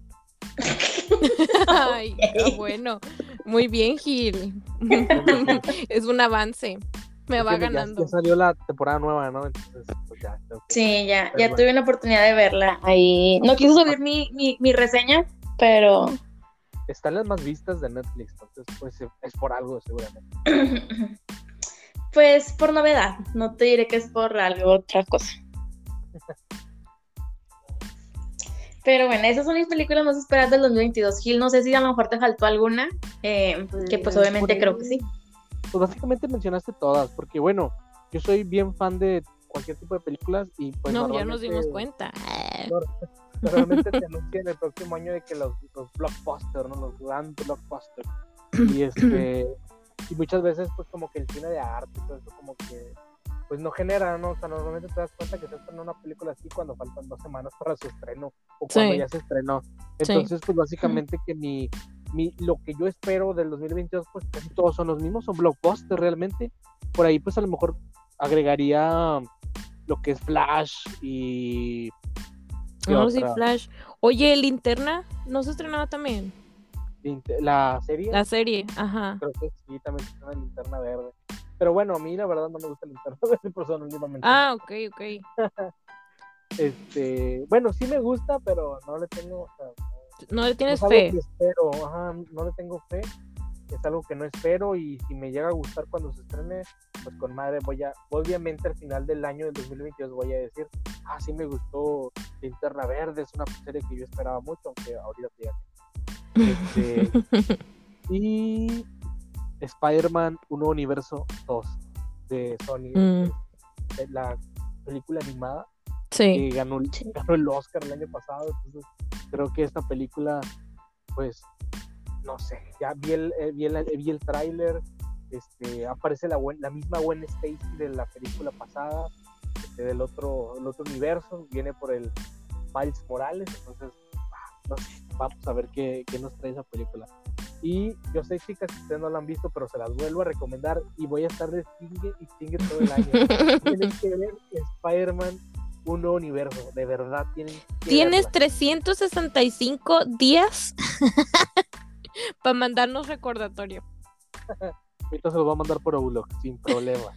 Ay, ah, bueno. Muy bien, Gil. Es un avance. Me Es va que ya- ganando. Ya, salió la temporada nueva, ¿no? Entonces, pues ya. tengo que- Sí, ya, Pero ya bueno. tuve la oportunidad de verla ahí. No quise subir mi, mi, mi reseña, pero Están las más vistas de Netflix, entonces, pues es por algo, seguramente. pues por novedad, no te diré que es por algo otra cosa. Pero bueno, esas son mis películas más esperadas del dos mil veintidós. Gil, no sé si a lo mejor te faltó alguna, eh, que pues Eh, obviamente por creo ahí, que sí. Pues básicamente mencionaste todas, porque bueno, yo soy bien fan de cualquier tipo de películas y pues No, ya nos normalmente- dimos cuenta. Normalmente se anuncian el próximo año de que los, los blockbusters, ¿no? Los grandes blockbusters. Y este y muchas veces pues como que el cine de arte, todo eso como que pues no genera, ¿no? O sea, normalmente te das cuenta que se estrena una película así cuando faltan dos semanas para su estreno o cuando Sí. ya se estrenó. Entonces, pues básicamente que mi, mi lo que yo espero del dos mil veintidós, pues casi todos son los mismos, son blockbusters realmente. Por ahí pues a lo mejor agregaría lo que es Flash y ¿qué No, sí, otra? Flash. Oye, Linterna, ¿no se estrenaba también? Linte- La serie, La serie, ajá. creo que sí, también se llama Linterna Verde. Pero bueno, a mí la verdad no me gusta Linterna Verde personalmente. Ah, ok, ok. Este, bueno, sí me gusta, pero no le tengo, o sea, no- No le no tienes es algo fe. que espero, ajá, no le tengo fe. Es algo que no espero y si me llega a gustar cuando se estrene, pues con madre voy a, obviamente al final del año del dos mil veintidós voy a decir, ah, sí me gustó Linterna Verde, es una serie que yo esperaba mucho, aunque ahorita te diga que- este, y Spider-Man Un Nuevo Universo dos de Sony, Mm. de la película animada Sí. que ganó, ganó el Oscar el año pasado, entonces creo que esta película, pues, no sé, ya vi el, eh, vi el, eh, vi el tráiler, este, aparece la, Gwen- la misma Gwen Stacy de la película pasada, este, del otro, el otro universo, viene por el Miles Morales, entonces, ah, no sé, vamos a ver qué, qué nos trae esa película. Y yo sé, chicas, que ustedes no la han visto, pero se las vuelvo a recomendar y voy a estar de chingue y chingue todo el año. Tienen que ver Spider-Man Un Nuevo Universo, de verdad tienen que Tienes verla. trescientos sesenta y cinco días para mandarnos recordatorio. Ahorita se los voy a mandar por Outlook, sin problema.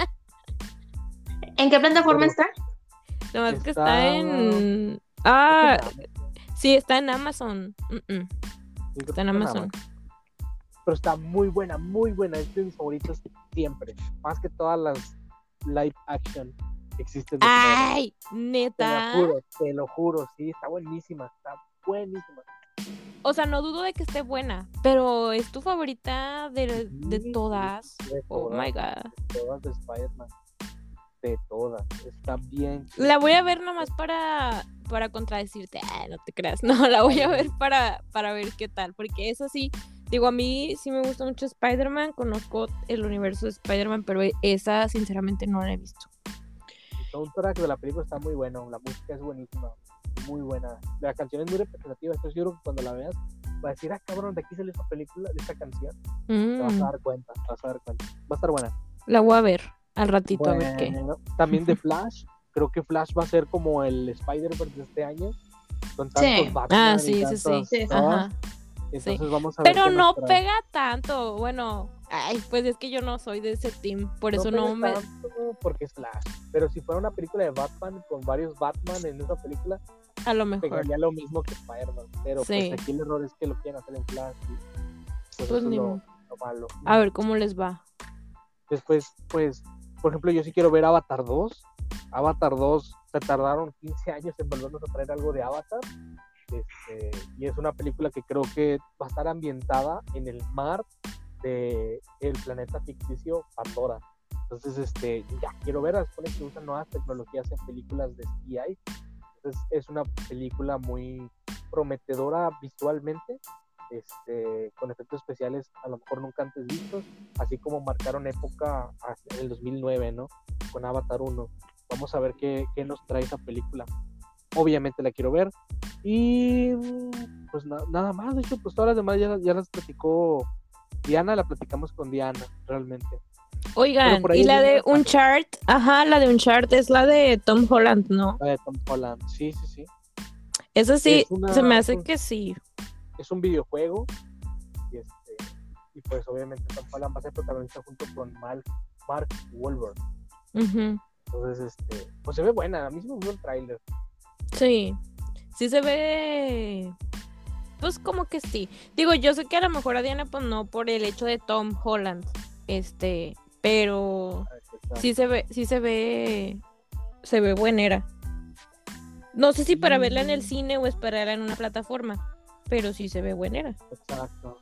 ¿En qué plataforma Pero- está? Nomás que Está- está en. Ah, sí, está en Amazon. Mm-mm. Sí, creo Está en que Amazon. Pero está muy buena, muy buena. Es de mis favoritos siempre. Más que todas las live action que existen de Spider-Man. Ay, Te lo neta. juro, te lo juro, sí, está buenísima, está buenísima. O sea, no dudo de que esté buena, pero ¿es tu favorita de, de Sí, todas? de Oh my todas, god. de todas de Spider-Man. De todas. Está bien. La voy a ver nomás para, para contradecirte. Ah, no te creas. No, la voy a ver para, para ver qué tal. Porque eso sí, digo, a mí sí me gusta mucho Spider-Man. Conozco el universo de Spider-Man, pero esa sinceramente no la he visto. El soundtrack de la película está muy bueno. La música es buenísima. Muy buena. La canción es muy representativa. Entonces yo creo que cuando la veas, vas a decir, ah, cabrón, de aquí salió esta película, de esta canción. Te vas a Mm, dar cuenta. Te vas a dar cuenta. Va a estar buena. la voy a ver al ratito a ver qué. Bueno, también de Flash. Creo que Flash va a ser como el Spider-Verse de este año. Con tantos Sí. Batman Ah, y sí, sí, sí. tantas Sí, sí. cosas. Ajá. Entonces vamos a ver Pero qué no nos trae. pega tanto. Bueno, ay, pues es que yo no soy de ese team. Por eso pega no me. tanto porque es Flash. Pero si fuera una película de Batman con varios Batman en esa película, A lo mejor. pegaría lo mismo que Spider-Man. Pero Sí. pues aquí el error es que lo quieren hacer en Flash. Y pues, Pues eso es ni lo, modo. lo malo. A ver cómo les va. Después, pues, por ejemplo, yo sí quiero ver Avatar dos. Avatar dos, se tardaron quince años en volvernos a traer algo de Avatar. Este, y es una película que creo que va a estar ambientada en el mar de el planeta ficticio Pandora. Entonces, este, ya quiero ver, supone que usan nuevas tecnologías en películas de C G I. Entonces, es una película muy prometedora visualmente, este, con efectos especiales a lo mejor nunca antes vistos, así como marcaron época en el dos mil nueve, ¿no? Con Avatar uno. Vamos a ver qué, qué nos trae esa película. Obviamente la quiero ver. Y pues na- nada más, de hecho, pues todas las demás ya, ya las platicó Diana, la platicamos con Diana, realmente. Oigan, Pero por ahí y la viene de una- Uncharted, ajá, la de Uncharted es la de Tom Holland, ¿no? La de Tom Holland, sí, sí, sí. Esa sí, Es una- se me hace un- que sí. Es un videojuego y, este, y pues obviamente Tom Holland va a ser protagonista junto con Mark, Mark Wahlberg. Ujú. Entonces, este, pues se ve buena, a mí sí me gustó el tráiler. Sí, sí se ve, pues como que sí. Digo, yo sé que a lo mejor a Diana, pues no por el hecho de Tom Holland, este, pero sí se ve, sí se ve, se ve buenera. No sé si para verla en el cine o esperarla en una plataforma, pero sí se ve buenera. Exacto.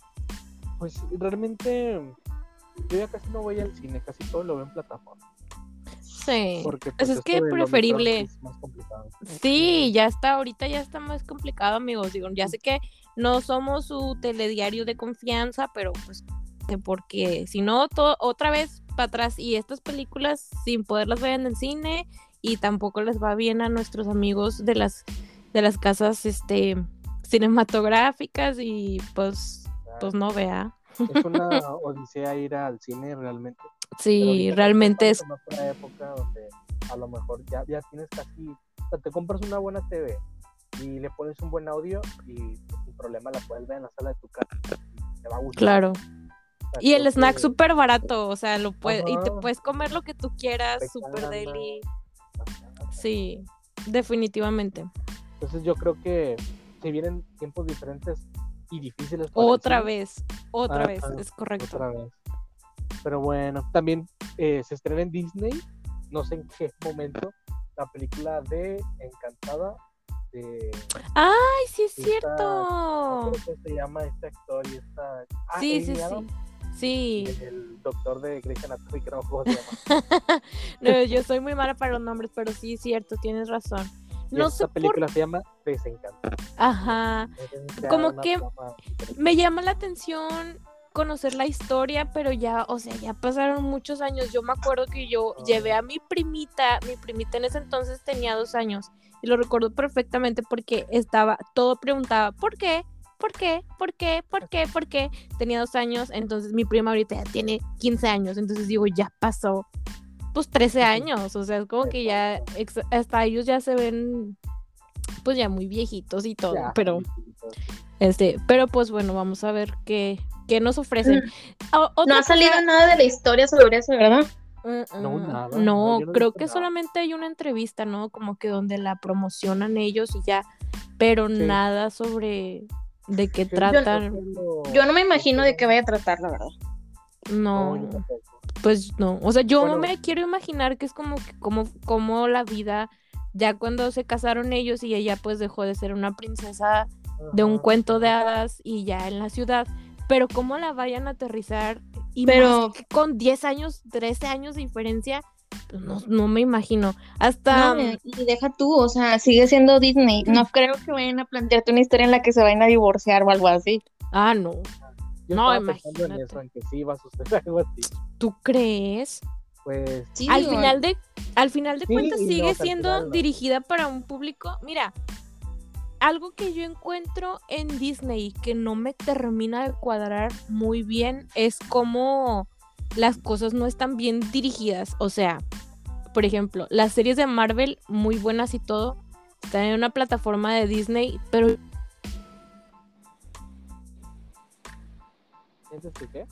Pues realmente yo ya casi no voy al cine, casi todo lo veo en plataforma. Sí, Porque pues es esto que de lo preferible. Omicron es más complicado. Sí, ya está, ahorita ya está más complicado, amigos. Digo, ya sé que no somos su telediario de confianza, pero pues que porque si no, to- otra vez para atrás y estas películas sin poderlas ver en el cine y tampoco les va bien a nuestros amigos de las de las casas este cinematográficas y pues pues no vea. Es una odisea ir al cine realmente. Pero Sí, ahorita realmente es estamos en una época donde a lo mejor ya, ya tienes casi, o sea, te compras una buena T V y le pones un buen audio y pues, sin problema la puedes ver en la sala de tu casa y te va a gustar. claro. O sea, Y el creo snack que- súper barato, o sea, lo puedes y te Ajá. puedes comer lo que tú quieras, Te súper calma. deli. Ajá. Sí, definitivamente. Entonces yo creo que si vienen tiempos diferentes y difíciles para el Otra cine, vez, otra Ah, vez, ah, es correcto. otra vez. Pero bueno, también eh, se estrena en Disney, no sé en qué momento, la película de Encantada de ¡Ay, sí es Esta- cierto! ¿cómo se llama este actor y esta ah, Sí, Amy sí, sí. Adams, Sí. el doctor de Grey's Anatomy, que no me acuerdo cómo se llama. No, yo soy muy mala para los nombres, pero sí es cierto, tienes razón. Y No esta sé por película se llama Desencantada. Ajá. Entonces, sea Como una que trama diferente. me llama la atención conocer la historia, pero ya, o sea, ya pasaron muchos años. Yo me acuerdo que yo llevé a mi primita, mi primita en ese entonces tenía dos años, y lo recuerdo perfectamente porque estaba, todo preguntaba, ¿por qué? ¿Por qué? ¿Por qué? ¿Por qué? ¿Por qué? Tenía dos años, entonces mi prima ahorita ya tiene quince años, entonces digo, ya pasó, pues trece años, o sea, es como que ya, ex- hasta ellos ya se ven, pues ya muy viejitos y todo, Ya, pero... amiguitos. Este, pero pues bueno, vamos a ver qué, qué nos ofrecen. Mm. O- otra No ha cosa- salido nada de la historia sobre eso, ¿verdad? Mm, No, mm, nada, no, no, yo no he creo visto que nada. solamente hay una entrevista, ¿no? Como que donde la promocionan ellos y ya, pero Sí. nada sobre, de qué Yo- trata. lo- Yo no me imagino de qué vaya a tratar, la verdad. No, yo No, tampoco. pues no. O sea, yo Bueno. me quiero imaginar que es como, que- como, como la vida, ya cuando se casaron ellos y ella pues dejó de ser una princesa de un Ajá. cuento de hadas y ya en la ciudad, pero cómo la vayan a aterrizar y Pero- más que con diez años, trece años de diferencia, pues no, no me imagino. Hasta No, y y deja tú, o sea, sigue siendo Disney. No creo que vayan a plantearte una historia en la que se vayan a divorciar o algo así. ah, no, Yo No, estaba pensando en imagínate. eso, en que sí iba a suceder algo así. ¿tú crees? Pues Sí, al digo, final de al final de Sí cuentas y no, sigue o sea, al siendo final no. dirigida para un público. Mira, algo que yo encuentro en Disney que no me termina de cuadrar muy bien es cómo las cosas no están bien dirigidas. O sea, por ejemplo, las series de Marvel, muy buenas y todo, están en una plataforma de Disney, pero ¿sientes que qué?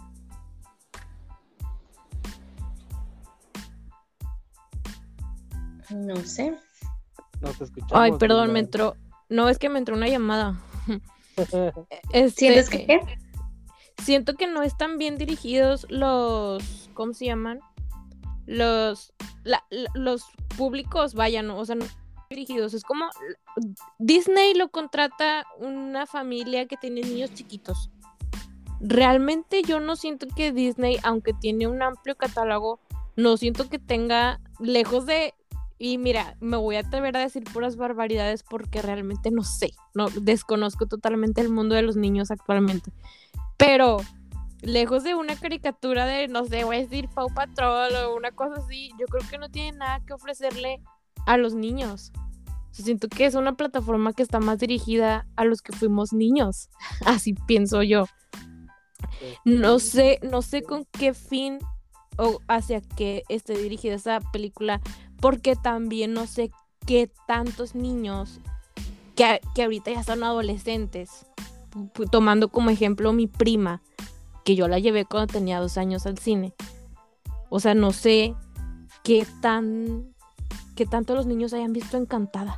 no sé. No te escuchamos. ay, perdón, me Dylan. entró, no es que me entró una llamada. Este, ¿Sientes que qué? siento que no están bien dirigidos los, ¿cómo se llaman? Los, la- la- los públicos, vayan, o sea, no dirigidos. Es como Disney lo contrata una familia que tiene niños chiquitos. Realmente yo no siento que Disney, aunque tiene un amplio catálogo, no siento que tenga lejos de... Y mira, me voy a atrever a decir puras barbaridades porque realmente no sé, no desconozco totalmente el mundo de los niños actualmente. Pero lejos de una caricatura de, no sé, voy a decir Paw Patrol o una cosa así, yo creo que no tiene nada que ofrecerle a los niños. O sea, siento que es una plataforma que está más dirigida a los que fuimos niños. Así pienso yo. No sé, no sé con qué fin o hacia qué esté dirigida esa película, porque también no sé qué tantos niños que, a- que ahorita ya son adolescentes, pu- tomando como ejemplo mi prima, que yo la llevé cuando tenía dos años al cine. O sea, no sé qué tan, qué tanto los niños hayan visto Encantada.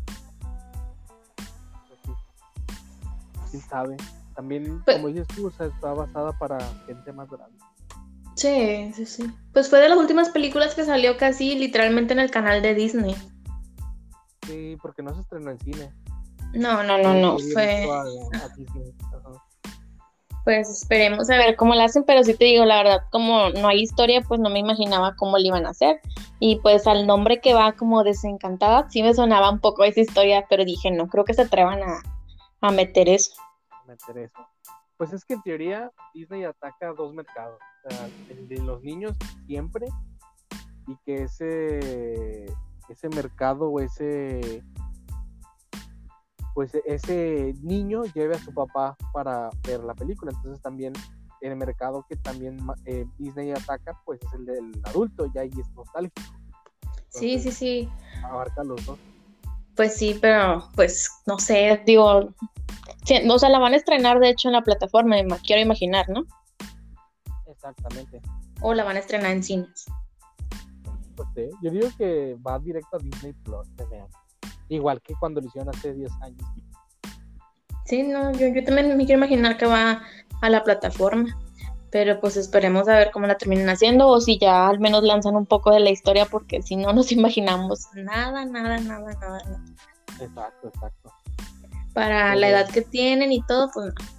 Pues sí. ¿Quién sabe? También, Pues- como dices tú, o sea, está basada para gente más grande. Sí, sí, sí. Pues fue de las últimas películas que salió casi literalmente en el canal de Disney. Sí, porque no se estrenó en cine. No, no, no, no. Sí, Fue, directo a- a Disney. Ajá. pues esperemos a ver cómo la hacen, pero sí te digo, la verdad, como no hay historia, pues no me imaginaba cómo le iban a hacer. Y pues al nombre que va como Desencantada, sí me sonaba un poco esa historia, pero dije, no creo que se atrevan a, a meter eso. Meter eso. Pues es que en teoría Disney ataca dos mercados. O sea, el de los niños siempre, y que ese ese mercado o ese pues ese niño lleve a su papá para ver la película. Entonces también el mercado que también eh, Disney ataca pues es el del adulto, ya ahí es nostálgico. Sí, sí, Entonces, sí. abarca los dos. Pues sí, pero pues no sé, digo, sí, o sea, la van a estrenar de hecho en la plataforma, me quiero imaginar, ¿no? Exactamente. O la van a estrenar en cines. Pues sí, yo digo que va directo a Disney Plus, se vean. Igual que cuando lo hicieron hace diez años. Sí, no, yo, yo también me quiero imaginar que va a la plataforma, pero pues esperemos a ver cómo la terminan haciendo o si ya al menos lanzan un poco de la historia, porque si no nos imaginamos nada, nada, nada, nada, nada. Exacto, exacto. Para Sí. la edad que tienen y todo, pues no.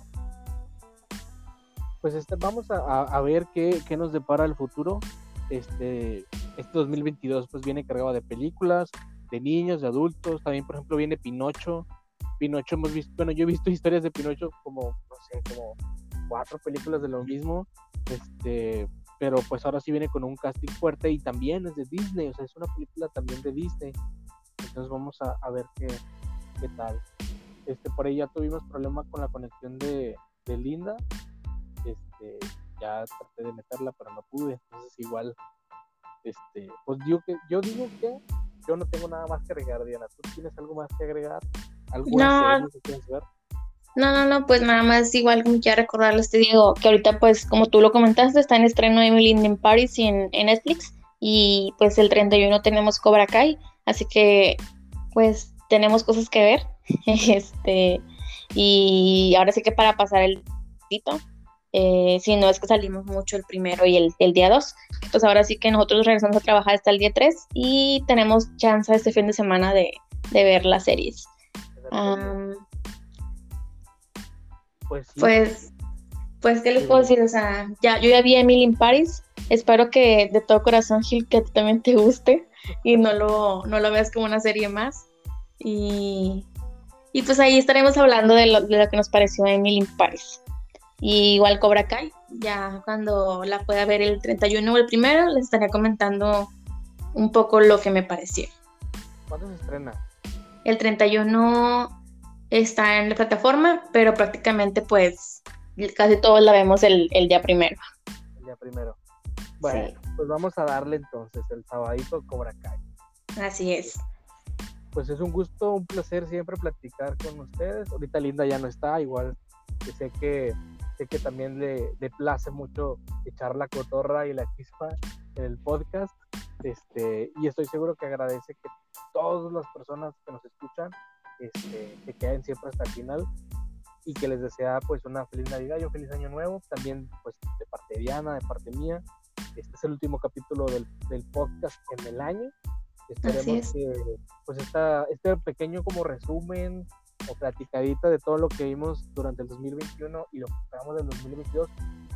Pues este, vamos a, a- a ver qué, qué nos depara el futuro. Este, este dos mil veintidós pues viene cargado de películas, de niños, de adultos. También, por ejemplo, viene Pinocho. Pinocho hemos visto, bueno, yo he visto historias de Pinocho como, no sé, como cuatro películas de lo mismo. Este, pero pues ahora sí viene con un casting fuerte y también es de Disney, o sea, es una película también de Disney. Entonces vamos a, a ver qué, qué tal. Este, por ahí ya tuvimos problema con la conexión de, de Linda. Este, ya traté de meterla, pero no pude. Entonces igual, este, pues digo que, yo digo que yo no tengo nada más que agregar, Diana. ¿Tú tienes algo más que agregar? ¿Alguna No. serie que quieras ver? No, no, no, pues nada más igual como quiera recordarles, te digo que ahorita pues como tú lo comentaste, está en estreno Emily in Paris en, en Netflix y pues el treinta y uno tenemos Cobra Kai, así que pues tenemos cosas que ver, este, y ahora sí que para pasar el ratito, eh, si no es que salimos mucho el primero y el, el día dos, pues ahora sí que nosotros regresamos a trabajar hasta el día tres y tenemos chance este fin de semana de, de ver las series. Um, Pues sí. pues, pues, ¿qué les Sí. puedo decir? O sea, ya, yo ya vi Emily in Paris. Espero que de todo corazón, Gil, que a ti también te guste y no lo, no lo veas como una serie más. Y, y pues ahí estaremos hablando de lo, de lo que nos pareció Emily in Paris. Y igual Cobra Kai, ya cuando la pueda ver el treinta y uno o el primero, les estaré comentando un poco lo que me pareció. ¿Cuándo se estrena? El treinta y uno está en la plataforma, pero prácticamente pues casi todos la vemos el, el día primero. El día primero. Bueno, Sí. pues vamos a darle entonces el sabadito Cobra Kai. Así es. Pues es un gusto, un placer siempre platicar con ustedes. Ahorita Linda ya no está, igual que sé que sé que también le, le place mucho echar la cotorra y la chispa en el podcast. Este, y estoy seguro que agradece que todas las personas que nos escuchan este, se queden siempre hasta el final y que les desea pues una feliz Navidad y un feliz año nuevo. También pues de parte de Diana, de parte mía. Este es el último capítulo del, del podcast en el año. Esperemos que pues esta, este pequeño como resumen o platicadita de todo lo que vimos durante el dos mil veintiuno y lo que esperamos del dos mil veintidós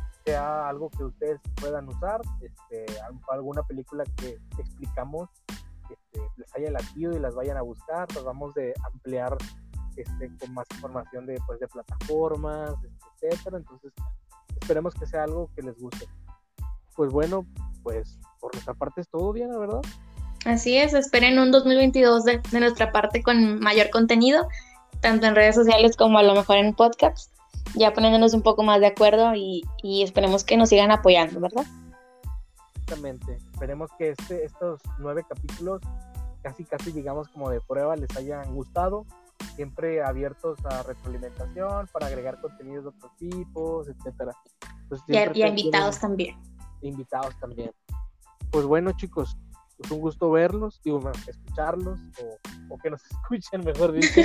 sea algo que ustedes puedan usar, este, alguna película que explicamos este, les haya latido y las vayan a buscar, tratamos de ampliar este, con más información de, pues, de plataformas, este, etcétera, entonces esperemos que sea algo que les guste. Pues bueno, pues por nuestra parte es todo, Diana, ¿verdad? Así es, esperen un dos mil veintidós de, de nuestra parte con mayor contenido, tanto en redes sociales como a lo mejor en podcasts, ya poniéndonos un poco más de acuerdo y, y esperemos que nos sigan apoyando, ¿verdad? Exactamente, esperemos que este, estos nueve capítulos, casi casi digamos como de prueba, les hayan gustado, siempre abiertos a retroalimentación, para agregar contenidos de otros tipos, etcétera. Pues y, a, y a invitados también. Invitados también. Pues bueno, chicos, es un gusto verlos, digo, bueno, escucharlos, o, o que nos escuchen, mejor dicho.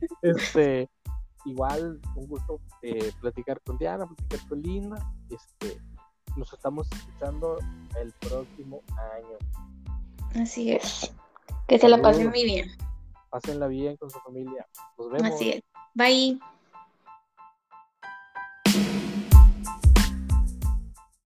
este, igual, un gusto eh, platicar con Diana, platicar con Linda. Este, nos estamos escuchando el próximo año. Así es. Que se la pasen muy bien. Pásenla bien con su familia. Nos vemos. Así es. Bye.